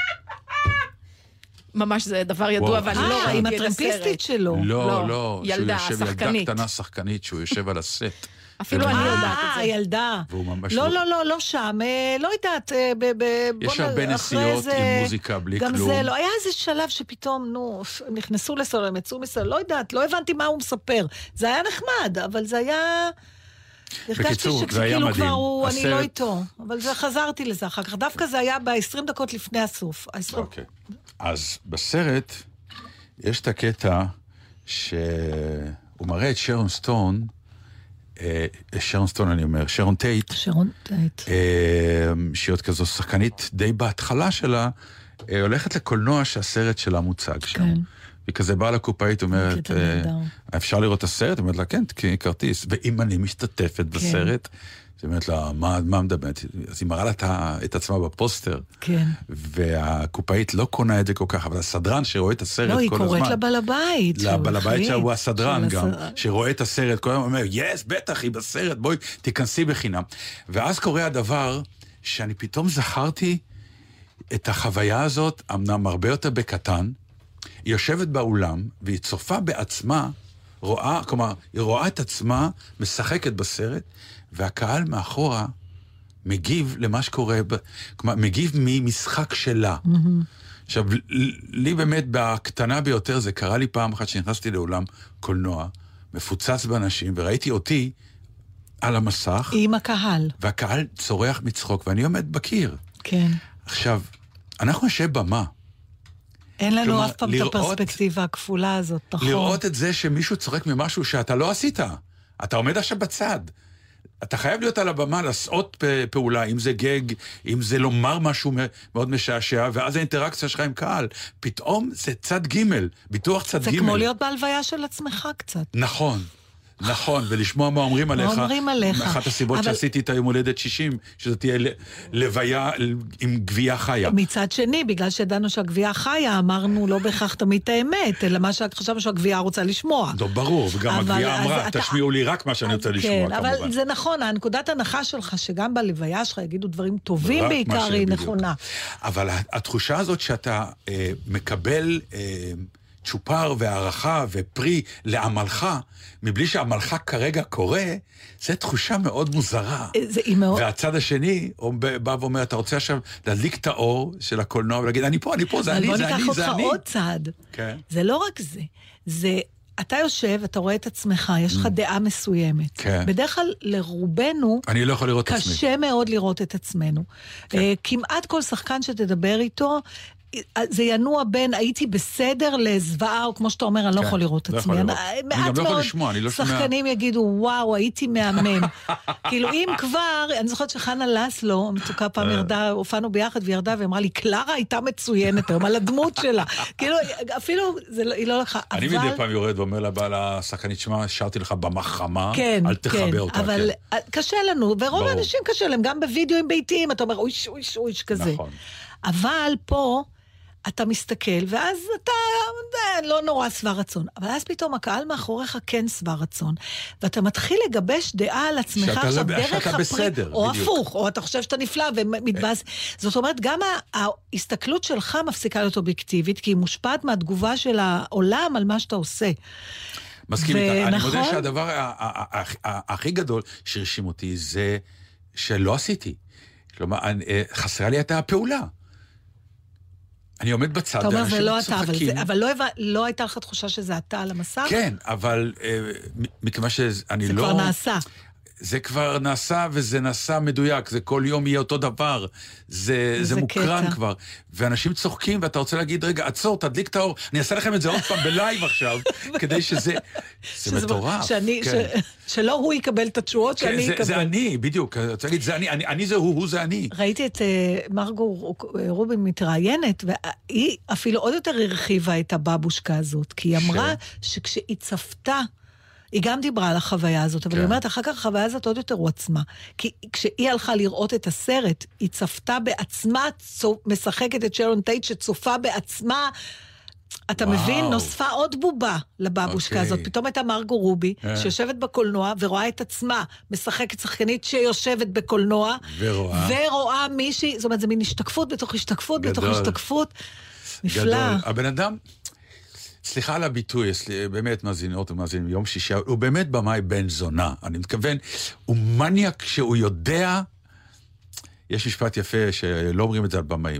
ממש זה דבר ידוע, ואני לא ראיתי עם את הסרט. הטרמפיסטית שלו. לא. ילדה, שחקנית. ילדה קטנה שחקנית, שהוא יושב על הסט. אפילו אני יודעת את זה. הילדה. לא שם, לא יודעת. יש הרבה נסיעות עם מוזיקה בלי כלום. גם זה, לא היה איזה שלב שפתאום, נכנסו לסול, הם יצאו מסול, לא יודעת, לא הבנתי מה הוא מספר. זה היה נחמד, אבל זה היה... בקיצור, זה היה מדהים. כבר אני לא איתו, אבל חזרתי לזה אחר כך. דווקא זה היה ב-20 דקות לפני הסוף. אוקיי. אז בסרט יש את הקטע שהוא מראה את שרון סטון, אני אומר, שרון טייט, שהיא עוד כזו שחקנית די בהתחלה שלה, הולכת לקולנוע שהסרט שלה מוצג שם. היא כזה באה לקופאית, אומרת, אפשר לראות את הסרט? אומרת לה, כן, כרטיס. ואם אני משתתפת בסרט, היא אומרת לה, מה מדברת? אז היא מראה לה את עצמה בפוסטר. כן. והקופאית לא קונה את זה כל כך, אבל הסדרן שרואה את הסרט כל הזמן. לא, היא קוראת לבעל הבית. לבעל הבית שהוא הסדרן גם, שרואה את הסרט כל הזמן, אומר, יס, בטח, היא בסרט, בואי, תיכנסי בחינם. ואז קורה הדבר שאני פתאום זכרתי את החוויה הזאת, אמנם הרבה יותר בקטן, היא יושבת באולם, והיא צופה בעצמה, כלומר, היא רואה את עצמה, משחקת בסרט, והקהל מאחורה מגיב למה שקורה, כלומר, מגיב ממשחק שלה. עכשיו, לי באמת בקטנה ביותר, זה קרה לי פעם אחת שנכנסתי לאולם קולנוע, מפוצץ באנשים, וראיתי אותי על המסך. עם הקהל. והקהל צורח מצחוק, ואני עומד בקיר. כן. עכשיו, אנחנו נשב במה. אין לנו אף פעם את הפרספקטיבה הכפולה הזאת, נכון. לראות את זה שמישהו צוחק ממשהו שאתה לא עשית. אתה עומד עכשיו בצד. אתה חייב להיות על הבמה, לעשות פעולה, אם זה גג, אם זה לומר משהו מאוד משעשע, ואז האינטראקציה שלך עם קהל. פתאום זה צד ג', ביטוח צד ג'. זה כמו להיות בהלוויה של עצמך קצת. נכון, ולשמוע מה אומרים עליך. מה אומרים עליך. אחת הסיבות שעשיתי את היום הולדת 60, שזאת תהיה לוויה עם גבייה חיה. מצד שני, בגלל שידענו שהגבייה חיה, אמרנו לא בהכרח תמיד את האמת, אלא מה שחשבנו שהגבייה רוצה לשמוע. לא, ברור, וגם הגבייה אמרה, תשמיעו לי רק מה שאני רוצה לשמוע, כמובן. אבל זה נכון, הנקודת הנחה שלך, שגם בלוויה שלך יגידו דברים טובים בעיקר, היא נכונה. אבל התחושה הזאת שאתה מקבל צ'ופר והערכה ופרי לעמלך, מבלי שעמלך כרגע קורה, זו תחושה מאוד מוזרה. והצד השני בא ואומר, אתה רוצה עכשיו להדליק את האור של הקולנוע, ולהגיד, אני פה, זה אני, זה אני, זה אני. בוא ניקח אותך עוד צעד. זה לא רק זה. זה, אתה יושב, אתה רואה את עצמך, יש לך דעה מסוימת. בדרך כלל לרובנו, אני לא יכול לראות את עצמי. קשה מאוד לראות את עצמנו. כמעט כל שחקן שתדבר איתו, זה ינוע בין הייתי בסדר לזוועה, או כמו שאתה אומר, אני לא יכול לראות את עצמי. אני גם לא יכול לשמוע, אני לא שומע. שחקנים יגידו, וואו, הייתי מהמם. כאילו, אם כבר, אני זוכרת שחנה לסלו, המצוקה פעם ירדה, הופענו ביחד וירדה, ואמרה לי, קלרה הייתה מצוינת היום, על הדמות שלה. כאילו, אפילו, היא לא לקחה. אני מדי פעם יורד ואומר לבעל השחקנית, שמה, שרתי לך במחרמה, אל תחבר אותה. אבל קשה לנו, ורוב האנשים קשה להם, גם בווידאוים ביתיים, אתה אומר, אויש כזה. אבל פה אתה מסתכל, ואז אתה לא נורא שבע רצון. אבל אז פתאום הקהל מאחוריך כן שבע רצון. ואתה מתחיל לגבש דעה על עצמך עכשיו דרך בסדר, או הפוך, או אתה חושב שאתה נפלא ומתבאס. זאת אומרת, גם ההסתכלות שלך מפסיקה להיות אובייקטיבית, כי היא מושפעת מהתגובה של העולם על מה שאתה עושה. מסכים איתך. אני מודה שהדבר הכי גדול שהרשים אותי זה שלא עשיתי. כלומר, חסרה לי הייתה הפעולה. אני עומד בצד, אתה אומר, זה לא אתה, אבל לא הייתה לך תחושה שזה אתה על המסך? כן, אבל מכיוון שאני לא... זה כבר נעשה. זה כבר נעשה, וזה נעשה מדויק, זה כל יום יהיה אותו דבר, זה מוקרן כבר, ואנשים צוחקים, ואתה רוצה להגיד, רגע, עצור, תדליק את האור, אני אעשה לכם את זה עוד פעם בלייב עכשיו, כדי שזה... זה מטורף. שלא הוא יקבל את התשואות שאני אקבל. זה אני, בדיוק, רוצה להגיד, אני זה הוא זה אני. ראיתי את מרגו רובין מתראיינת, והיא אפילו עוד יותר הרחיבה את הבבושקה הזאת, כי היא אמרה שכשהיא צפתה, היא גם דיברה על החוויה הזאת, אבל היא אומרת, אחר כך החוויה הזאת עוד יותר הועצמה. כי כשהיא הלכה לראות את הסרט, היא צפתה בעצמה, משחקת את שרון טייט, שצופה בעצמה, אתה מבין, נוספה עוד בובה לבבושקה הזאת. פתאום הייתה מרגו רובי, שיושבת בקולנוע, ורואה את עצמה, משחקת שחקנית שיושבת בקולנוע, ורואה מישהי, זאת אומרת, זה מין השתקפות בתוך השתקפות, בתוך השתקפות. נפלא. הבן אדם... סליחה על הביטוי, באמת מאזינות ומאזינים, יום שישי, הוא באמת במאי בן זונה. אני מתכוון, הוא מניאק שהוא יודע, יש משפט יפה שלא אומרים את זה על במאים,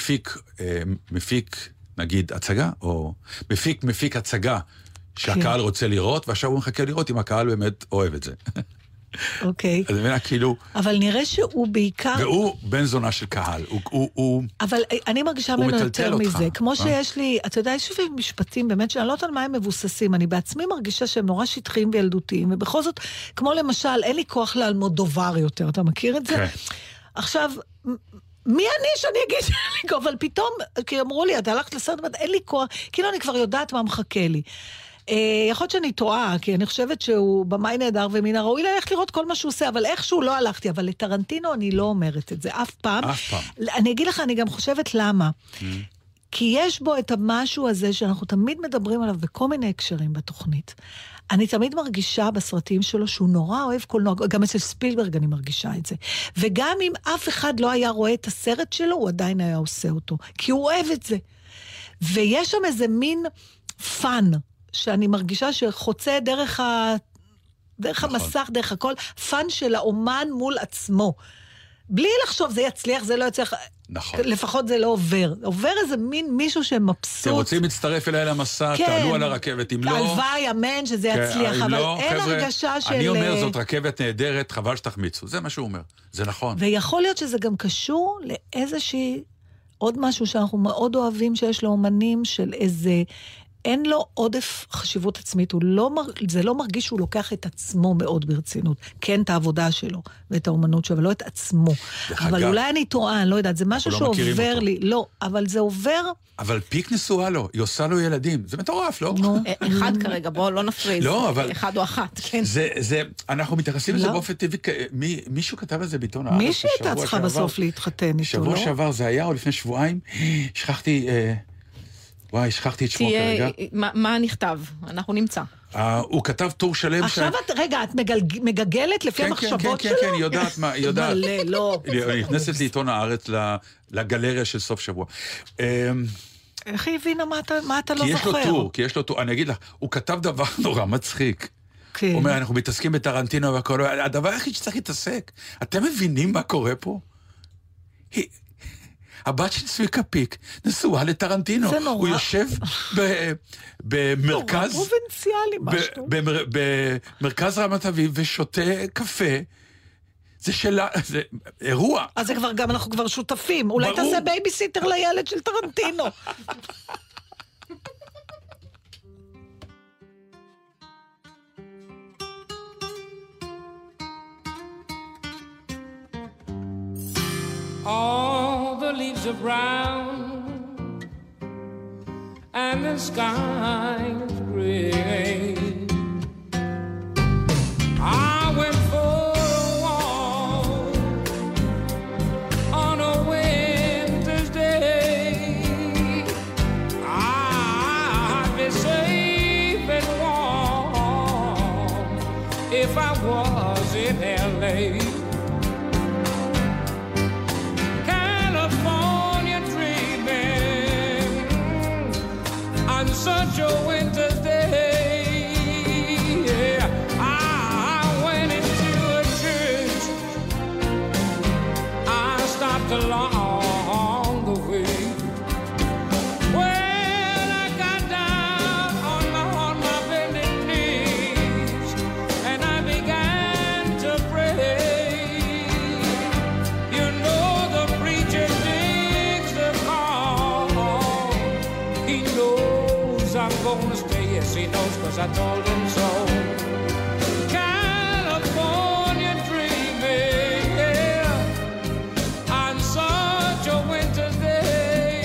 מפיק, נגיד, הצגה, או מפיק הצגה שהקהל רוצה לראות, ועכשיו הוא מחכה לראות אם הקהל באמת אוהב את זה. אוקיי. אז אני כאילו... אבל נראה שהוא בעיקר... והוא בן זונה של קהל. אבל אני מרגישה ממנו יותר מזה. כמו שיש לי, אתה יודע, יש לי משפטים באמת שאני לא יודעת על מה הם מבוססים. אני בעצמי מרגישה שהם נורא שטחיים וילדותיים, ובכל זאת, כמו למשל, אין לי כוח לאלמודובר יותר. אתה מכיר את זה? כן. עכשיו... מי אני שאני אגיד? אבל פתאום, כי אמרו לי, אתה הלכת לסרט, אין לי כוח, כאילו אני כבר יודעת מה מחכה לי. יכול להיות שאני טועה, כי אני חושבת שהוא במאי נהדר ומן הראוי ללכת לראות כל מה שהוא עושה, אבל איכשהו לא הלכתי, אבל לטרנטינו אני לא אומרת את זה אף פעם. אני אגיד לך, אני גם חושבת למה. כי יש בו את המשהו הזה שאנחנו תמיד מדברים עליו בכל מיני הקשרים בתוכנית. אני תמיד מרגישה בסרטים שלו שהוא נורא אוהב קולנוע, גם אצל ספילברג אני מרגישה את זה. וגם אם אף אחד לא היה רואה את הסרט שלו, הוא עדיין היה עושה אותו. כי הוא אוהב את זה. ויש שם איזה מין פן, שאני מרגישה שחוצה דרך המסך, דרך הכל, פן של האומן מול עצמו. בלי לחשוב, זה יצליח, זה לא יצליח. נכון. לפחות זה לא עובר. עובר איזה מין מישהו שמבסוט. אתם רוצים להצטרף אליי למסע, תעלו על הרכבת, אם לא... הלוואי, אמן, שזה יצליח, אבל אין הרגשה של... אני אומר, זאת רכבת נהדרת, חבל שתחמיצו. זה מה שהוא אומר. זה נכון. ויכול להיות שזה גם קשור לאיזושהי... עוד משהו שאנחנו מאוד אוהבים שיש לאומנים של איזה... אין לו עודף חשיבות עצמית, זה לא מרגיש שהוא לוקח את עצמו מאוד ברצינות, כן את העבודה שלו ואת האומנות שלו, ולא את עצמו. אבל אולי אני טועה, אני לא יודעת, זה משהו שעובר לי, לא, אבל זה עובר... אבל פיק נשואה לו, היא עושה לו ילדים, זה מטורף, לא? אחד כרגע, בוא לא נפריז, אחד או אחת, כן. אנחנו מתייחסים לזה באופן טבעי, מישהו כתב על זה בעיתון הארץ. מישהו הייתה צריכה בסוף להתחתן איתו, לא? שבוע שעבר זה היה, או לפני שבועיים, שכחתי את שמו כרגע. מה נכתב? אנחנו נמצא. הוא כתב טור שלם... עכשיו רגע, את מגגלת לפי המחשבות שלו? כן, היא יודעת מה, היא יודעת. לא. היא נכנסת לעיתון הארץ, לגלריה של סוף שבוע. איך היא הבינה מה אתה לא זוכר? כי יש לו טור, אני אגיד לך, הוא כתב דבר נורא מצחיק. הוא אומר, אנחנו מתעסקים בטרנטינו והכל, הדבר הכי שצריך להתעסק. אתם מבינים מה קורה פה? הבת של צביקה פיק נשואה לטרנטינו. זה נורא. הוא יושב במרכז... נורא פרובינציאלי משהו. במרכז רמת אביב ושותה קפה. זה שלה, זה אירוע. אז זה כבר גם, אנחנו כבר שותפים. אולי תעשה בייביסיטר לילד של טרנטינו. All the leaves are brown and the sky is gray. I went for a walk on a winter's day. I'd be safe and warm if I was in L.A. Such a winter's day, yeah. I went into a church. I stopped along the way. When I got down on my bended knees and I began to pray, you know the preacher digs the call. He knows I'm gonna stay, yes he knows, 'cause I told him so. California dreaming, yeah, on such a winter's day,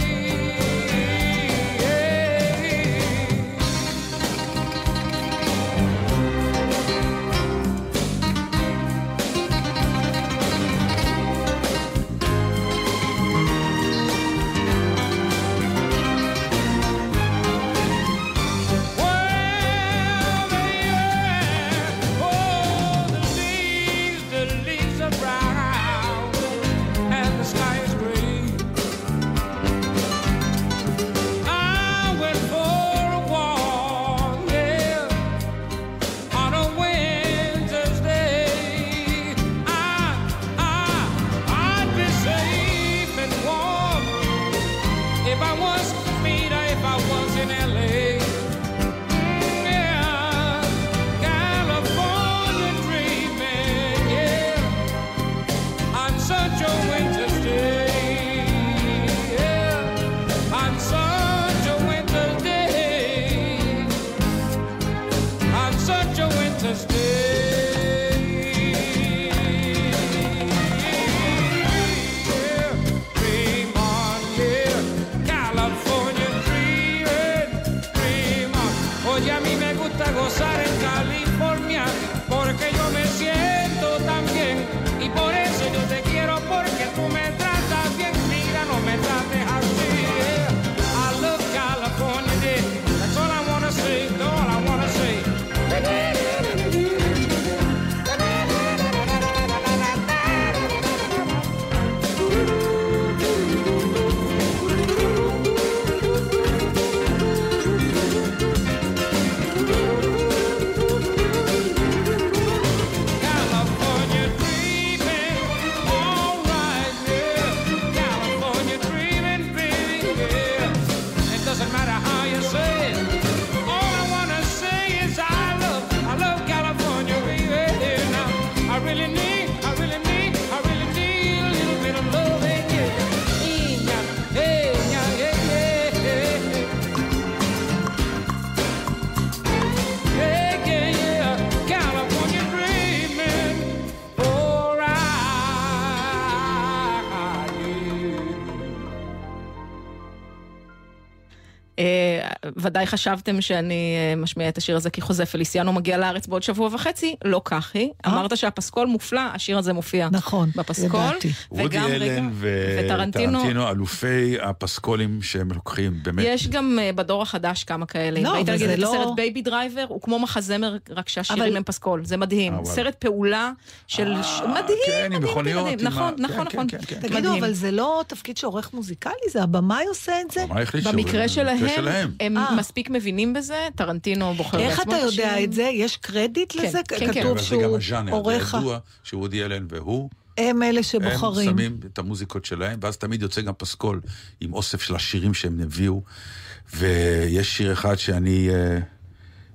ודאי חשבתם שאני משמיעה את השיר הזה כי חוזה פליסיאנו מגיע לארץ בעוד שבוע וחצי, לא כך היא. אמרת שהפסקול מופלא, השיר הזה מופיע בפסקול. וודי אלן וטרנטינו, אלופי הפסקולים שהם לוקחים, באמת. יש גם בדור החדש כמה כאלה. אם היית להגיד את הסרט בייבי דרייבר, הוא כמו מחזמר, רק שהשירים הם פסקול. זה מדהים. סרט פעולה של... מדהים, מדהים. נכון. תגידו, אבל זה לא תפקיד שעורך מוזיקלי, זה הבמאי עושה את זה? במקרה שלהם, הם מספיק מבינים בזה, טרנטינו בוחר איך אתה יודע את זה? יש קרדיט לזה? כתוב שהוא עורך... שוודי אלן והוא הם אלה שבוחרים. הם שמים את המוזיקות שלהם, ואז תמיד יוצא גם פסקול עם אוסף של השירים שהם נביאו, ויש שיר אחד שאני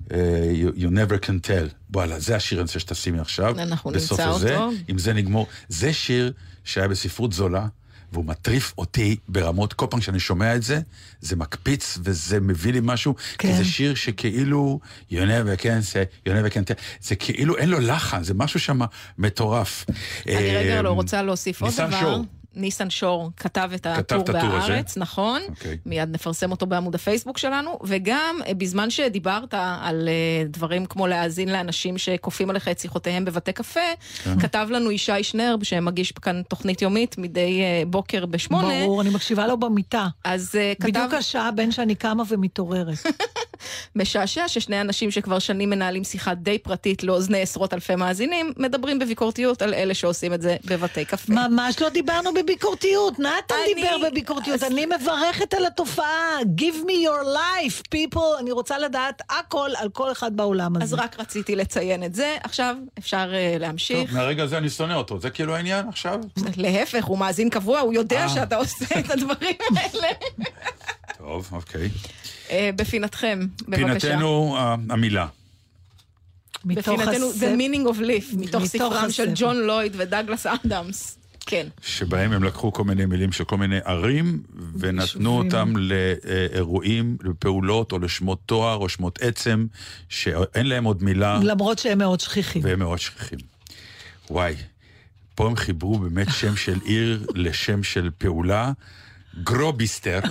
You never can tell. וואלה, זה השיר אני רוצה שתשימי עכשיו. אנחנו נמצא אותו. אם זה נגמור. זה שיר שהיה בספרות זולה, והוא מטריף אותי ברמות, כל פעם שאני שומע את זה, זה מקפיץ וזה מביא לי משהו, כי זה שיר שכאילו, you never can tell, זה כאילו אין לו לחן, זה משהו שם מטורף. אני רגע לא רוצה להוסיף עוד דבר. ניסן שור כתב את הטור בארץ, נכון? מיד נפרסם אותו בעמוד הפייסבוק שלנו, וגם בזמן שדיברת על דברים כמו להאזין לאנשים שקופים עליך את שיחותיהם בבתי קפה, כתב לנו ישי שנרב, שמגיש כאן תוכנית יומית מדי בוקר ב8. ברור, אני מקשיבה לו במיטה. אז כתב... בדיוק השעה בין שאני קמה ומתעוררת. משעשע ששני אנשים שכבר שנים מנהלים שיחה די פרטית לאוזני עשרות אלפי מאזינים, מדברים בביקורתיות על אלה שעושים את זה בבתי קפה. ממש לא דיברנו בביקורתיות, נתן דיבר בביקורתיות, אני מברכת על התופעה, give me your life, people, אני רוצה לדעת הכל על כל אחד בעולם הזה. אז רק רציתי לציין את זה, עכשיו אפשר להמשיך. טוב, מהרגע הזה אני שונא אותו, זה כאילו העניין עכשיו? להפך, הוא מאזין קבוע, הוא יודע שאתה עושה את הדברים האלה. טוב, אוקיי. בפינתכם, בבקשה. פינתנו המילה. בפינתנו The Meaning of Life, מתוך ספרם של ג'ון לויד ודאגלס אדמס. כן. שבהם הם לקחו כל מיני מילים של כל מיני ערים, ונתנו אותם לאירועים, לפעולות, או לשמות תואר, או שמות עצם, שאין להם עוד מילה. למרות שהם מאוד שכיחים. והם מאוד שכיחים. וואי, פה הם חיברו באמת שם של עיר לשם של פעולה. גרוביסטר.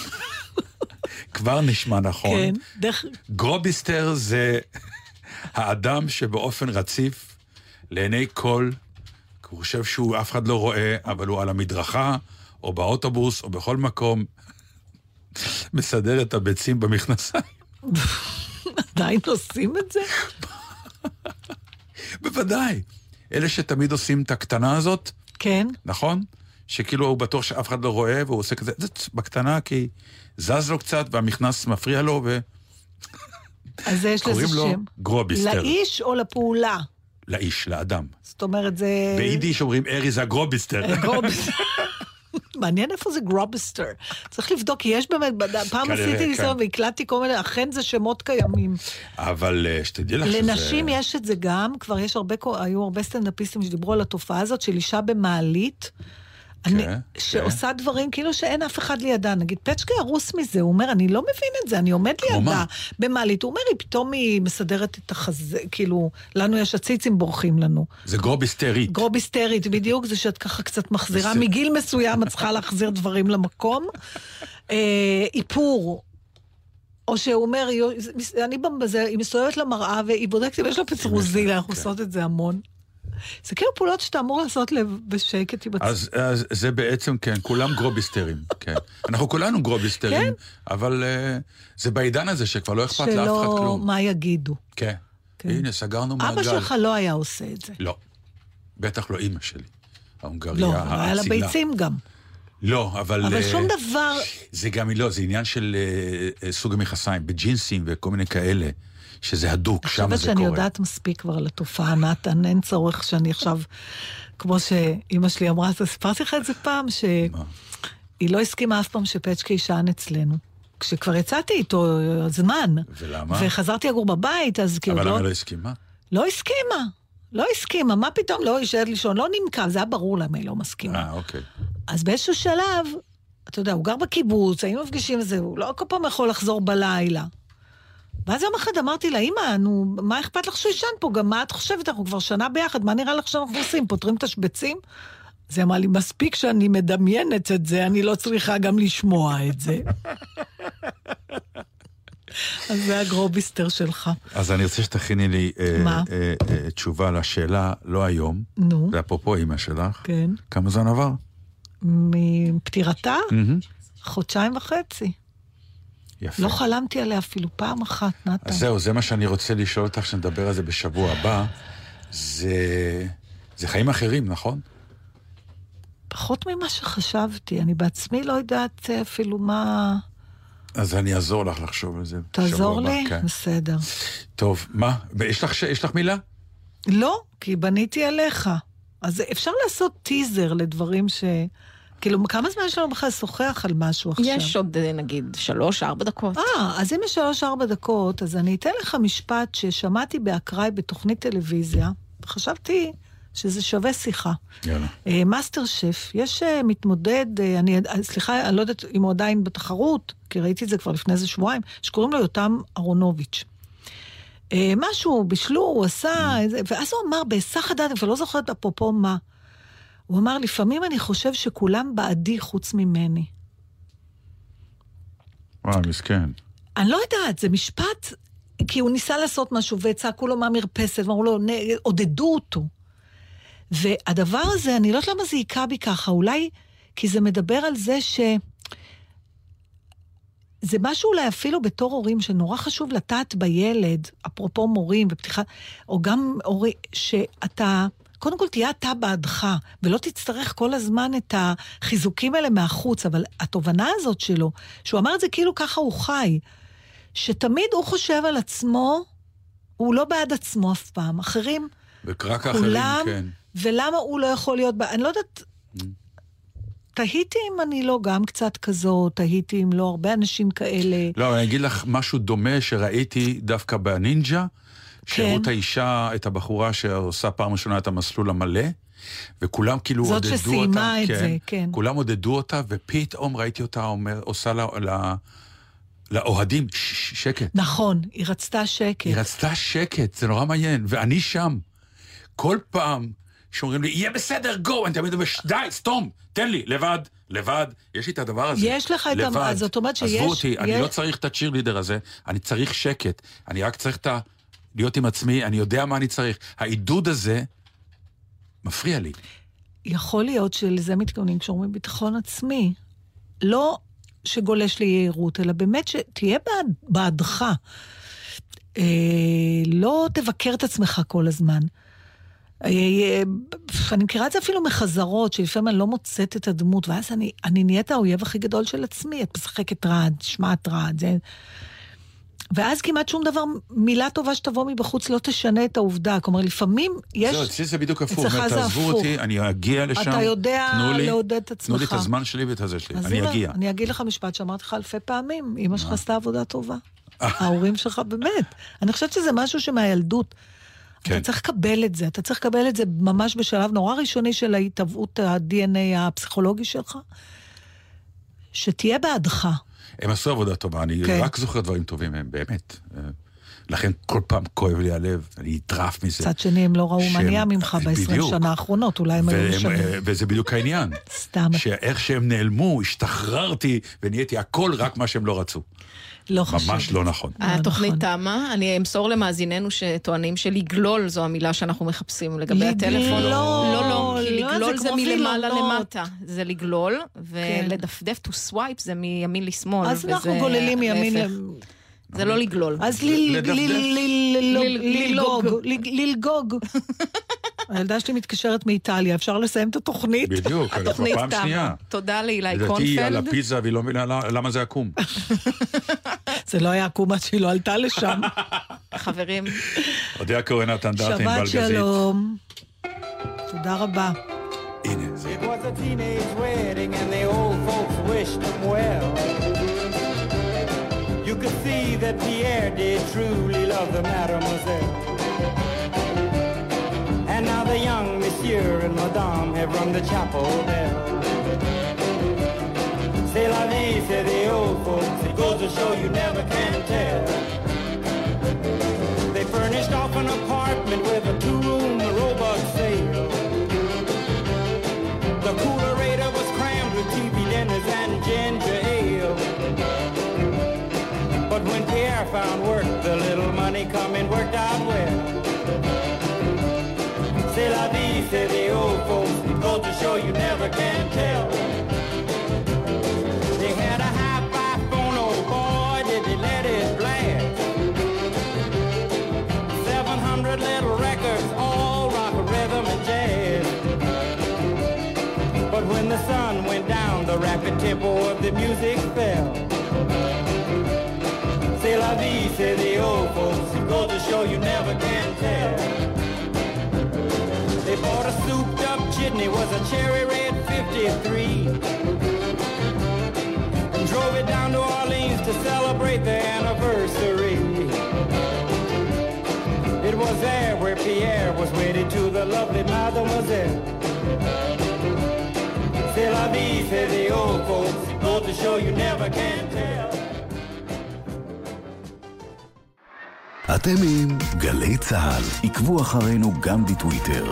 כבר נשמע נכון. כן. גרוביסטר זה האדם שבאופן רציף, לעיני כל, הוא חושב שהוא אף אחד לא רואה, אבל הוא על המדרכה, או באוטובוס, או בכל מקום, מסדר את הביצים במכנסיים. עדיין עושים את זה? בוודאי. אלה שתמיד עושים את הקטנה הזאת, כן. נכון? שכאילו הוא בטוח שאף אחד לא רואה, והוא עושה כזה, בקטנה, כי זז לו קצת, והמכנס מפריע לו, אז יש לזה שם. קוראים לו גרוביסטר. לאיש או לפעולה? לאיש, לאדם. זאת אומרת, זה... ביידיש אומרים, ארי זה הגרוביסטר. גרוביסטר. מעניין איפה זה גרוביסטר. צריך לבדוק, כי יש באמת, פעם עשיתי ניסיון והקלטתי כל מיני, אכן זה שמות קיימים. אבל שתדעי לך שזה... לנשים יש את זה גם, כבר היו הרבה סטנדאפיסטים שדיברו על התופעה הזאת של אישה במעלית, שעושה דברים כאילו שאין אף אחד לידה. נגיד, פצ'קה הרוס מזה, הוא אומר, אני לא מבין את זה, אני עומד לידה במעלית. הוא אומר, פתאום היא מסדרת את החזה, כאילו, לנו יש הציצים בורחים לנו. זה גרוביסטרית. גרוביסטרית, בדיוק, זה שאת ככה קצת מחזירה. מגיל מסוים את צריכה להחזיר דברים למקום. איפור. או שהוא אומר, היא מסתובבת למראה, והיא בודקת אם יש לה פצרוזיל, אנחנו עושות את זה המון. זה כאילו פעולות שאתה אמור לעשות בשקט עם עצמך. אז זה בעצם, כן, כולם גרוביסטרים, כן. אנחנו כולנו גרוביסטרים, אבל זה בעידן הזה שכבר לא אכפת לאף אחד כלום. שלא מה יגידו. כן. הנה, סגרנו מעגל. אבא שלך לא היה עושה את זה. לא. בטח לא אמא שלי. ההונגריה לא, האצילה. היה לה ביצים גם. לא, אבל שום דבר... זה גם לא, זה עניין של סוג המכסיים, בג'ינסים וכל מיני כאלה. שזה הדוק, שם זה קורה. אני חושבת שאני יודעת מספיק כבר על התופעה, נתן, אין צורך שאני עכשיו, כמו שאמא שלי אמרה, אז סיפרתי לך את זה פעם, שהיא לא הסכימה אף פעם שפצ'קה ישן אצלנו. כשכבר יצאתי איתו זמן. ולמה? וחזרתי לגור בבית, אז כאילו אבל למה לא הסכימה? לא הסכימה, מה פתאום לא ישארת לישון, לא נמכר, זה היה ברור למה היא לא מסכימה. אוקיי. אז באיזשהו שלב, אתה יודע, הוא גר בקיבוץ, היינו מפגשים וזה, הוא לא כל פעם יכול לחזור בלילה. ואז יום אחד אמרתי לה, אמא, נו, מה אכפת לך שהוא ישן פה? גם מה את חושבת? אנחנו כבר שנה ביחד, מה נראה לך שאנחנו עושים? פותרים תשבצים? אז היא אמרה לי, מספיק שאני מדמיינת את זה, אני לא צריכה גם לשמוע את זה. אז זה הגרוביסטר שלך. אז אני רוצה שתכיני לי תשובה לשאלה, לא היום. נו. זה אפרופו אמא שלך. כן. כמה זמן עבר? מפטירתה? 1.5 חודשים. יפה. לא חלמתי עליה אפילו פעם אחת, נתן. אז זהו, זה מה שאני רוצה לשאול אותך, שנדבר על זה בשבוע הבא. זה חיים אחרים, נכון? פחות ממה שחשבתי. אני בעצמי לא יודעת אפילו מה... אז אני אעזור לך לחשוב על זה. תעזור לי? כן. בסדר. טוב, מה? יש לך מילה? לא, כי בניתי עליך. אז אפשר לעשות טיזר לדברים כאילו, כמה זמן יש לנו בכלל לשוחח על משהו עכשיו? יש עוד, נגיד, 3-4 דקות. אז אם יש 3-4 דקות, אז אני אתן לך משפט ששמעתי באקראי בתוכנית טלוויזיה, חשבתי שזה שווה שיחה. יאללה. מאסטר שף, יש מתמודד, סליחה, אני לא יודעת אם הוא עדיין בתחרות, כי ראיתי את זה כבר לפני איזה שבועיים, שקוראים לו יותם אהרונוביץ'. משהו, בשלו, הוא עשה, ואז הוא אמר, בהיסח הדעת, אבל לא זוכרת אפרופו מה, הוא אמר, לפעמים אני חושב שכולם בעדי חוץ ממני. מסכן. אני לא יודעת, זה משפט, כי הוא ניסה לעשות משהו, וצעקו לו מהמרפסת, ואמרו לו, עודדו אותו. והדבר הזה, אני לא יודעת למה זה יקע בי ככה, אולי כי זה מדבר על זה זה משהו אולי אפילו בתור הורים, שנורא חשוב לטעת בילד, אפרופו מורים ופתיחה, או גם הורים, שאתה, קודם כל תהיה אתה בעדך, ולא תצטרך כל הזמן את החיזוקים האלה מהחוץ, אבל התובנה הזאת שלו, שהוא אמר את זה כאילו ככה הוא חי, שתמיד הוא חושב על עצמו, הוא לא בעד עצמו אף פעם, אחרים, ורק כולם, אחרים, כן. ולמה הוא לא יכול להיות, אני לא יודעת, תהיתי אם אני לא גם קצת כזו, תהיתי אם לא הרבה אנשים כאלה. לא, אני אגיד לך משהו דומה שראיתי דווקא בנינג'ה, שהראו את האישה, את הבחורה שעושה פעם ראשונה את המסלול המלא, וכולם כאילו עודדו אותה. זאת שסיימה את זה, כן. כולם עודדו אותה, ופתאום ראיתי אותה עושה לאוהדים, שקט. נכון, היא רצתה שקט. היא רצתה שקט, זה נורא מעניין, ואני שם. כל פעם שאומרים לי, יהיה בסדר, גו, אני תמיד אומר, די, סתום, תן לי, לבד, יש לי את הדבר הזה. יש לך את הדבר, זאת אומרת שיש... עזבו אותי, אני לא צריך את הצ'ירלידר הזה, אני צריך שקט, אני רק צריך להיות עם עצמי, אני יודע מה אני צריך. העידוד הזה מפריע לי. יכול להיות שלזה מתכוונים כשאומרים ביטחון עצמי, לא שגולש ליהירות, אלא באמת שתהיה בעדך. לא תבקר את עצמך כל הזמן. אני מכירה את זה אפילו מחזרות, שלפעמים אני לא מוצאת את הדמות, ואז אני נהיית האויב הכי גדול של עצמי, את משחקת רעד, שמעת רעד, ואז כמעט שום דבר, מילה טובה שתבוא מבחוץ לא תשנה את העובדה, כלומר לפעמים יש... זה בדיוק הפוך, תעזבו אותי, אני אגיע לשם, אתה יודע לעודד את עצמך. תנו לי את הזמן שלי ואת הזה שלי, אני אגיע. אני אגיד לך משפט שאמרתי לך אלפי פעמים, אמא שלך עשתה עבודה טובה. ההורים שלך באמת. אני חושבת שזה משהו שמהילדות, אתה צריך לקבל את זה, אתה צריך לקבל את זה ממש בשלב נורא ראשוני של ההתהוות ה-DNA הפסיכולוגי שלך, שתהיה בעדך. הם עשו עבודה טובה, אני רק זוכר דברים טובים מהם, באמת. לכן כל פעם כואב לי הלב, אני אטרף מזה. קצת שני הם לא ראו מניע ממך ב-20 שנה האחרונות, אולי הם היו משנים. וזה בדיוק העניין. סתם. שאיך שהם נעלמו, השתחררתי, ונהייתי הכל רק מה שהם לא רצו. לא חשוב. ממש לא נכון. התוכנית תמה, אני אמסור למאזיננו שטוענים שלגלול זו המילה שאנחנו מחפשים לגבי הטלפון. לא, כי לגלול זה מלמעלה למטה. זה לגלול, ולדפדף to swipe זה מימין לשמאל. אז אנחנו גוללים מימין זה לא לגלול. אז ללגוג. הילדה שלי מתקשרת מאיטליה, אפשר לסיים את התוכנית? בדיוק, בפעם שנייה. תודה לאילי קונפלד. לדעתי על הפיזה, והיא לא מבינה למה זה עקום. זה לא היה עקום עד שהיא לא עלתה לשם. חברים. אודיה קורן, נתן דאטנר, בלגזית. שבת שלום. תודה רבה. הנה, זה... It was a teenage wedding and the old folks wished them well. You could see that Pierre did truly love the mademoiselle. And now the young monsieur and madame have rung the chapel bell. C'est la vie, say the old folks, it goes to show you never can tell. They furnished off an apartment with a two-room robot sale. The coolerator was crammed with TV dinners and ginger ale. But when Pierre found work, the little money coming worked out well. C'est la vie, say the old folks, it goes to show you never can tell. They had a hi-fi phone, oh boy, did they let it blast. 700 little records, all rock, rhythm, and jazz. But when the sun went down, the rapid tempo of the music fell. C'est la vie, say the old folks, it goes to show you never can tell. They bought a souped up chitney, was a cherry red 53. lovely mademoiselle. C'est la vie, c'est the old folks. Go to show you never can tell. אתם עם גלי צהל. עקבו אחרינו גם בטוויטר.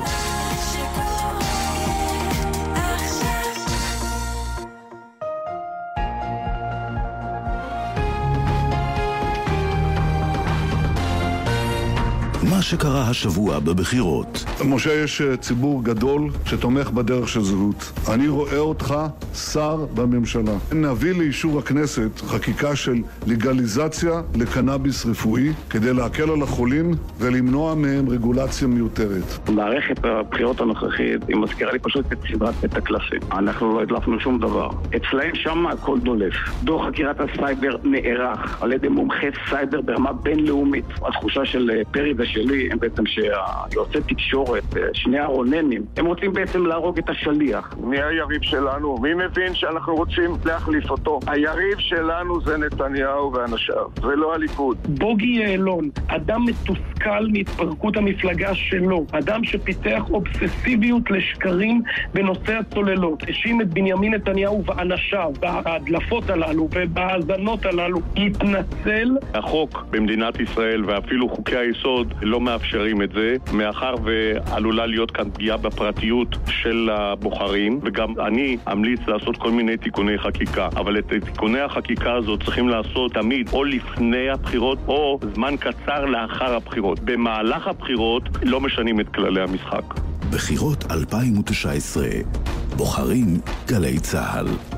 מה שקרה השבוע בבחירות. משה, יש ציבור גדול שתומך בדרך של זהות. אני רואה אותך שר בממשלה. נביא לאישור הכנסת חקיקה של לגליזציה לקנאביס רפואי כדי להקל על החולים ולמנוע מהם רגולציה מיותרת. מערכת הבחירות הנוכחית היא מזכירה לי פשוט את סדרת את הקלאסית. אנחנו לא הדלפנו שום דבר. אצלהם שם הכל דולף. דוח חקירת הסייבר נערך על ידי מומחי סייבר ברמה בינלאומית. התחושה של פרי ושלי הם בעצם שהיועצי תקשורת, שני הרוננים, הם רוצים בעצם להרוג את השליח. מי היריב שלנו? מי מבין שאנחנו רוצים להחליף אותו? היריב שלנו זה נתניהו ואנשיו, ולא הליכוד. בוגי יעלון, אדם מתוסכל מהתפרקות המפלגה שלו, אדם שפיתח אובססיביות לשקרים בנושא הצוללות, האשים את בנימין נתניהו ואנשיו בהדלפות הללו ובהאזנות הללו, התנצל. החוק במדינת ישראל ואפילו חוקי היסוד לא מאפשרים את זה, מאחר ועלולה להיות כאן פגיעה בפרטיות של הבוחרים, וגם אני אמליץ לעשות כל מיני תיקוני חקיקה, אבל את תיקוני החקיקה הזאת צריכים לעשות תמיד או לפני הבחירות או זמן קצר לאחר הבחירות. במהלך הבחירות לא משנים את כללי המשחק. בחירות 2019 בוחרים גלי צהל.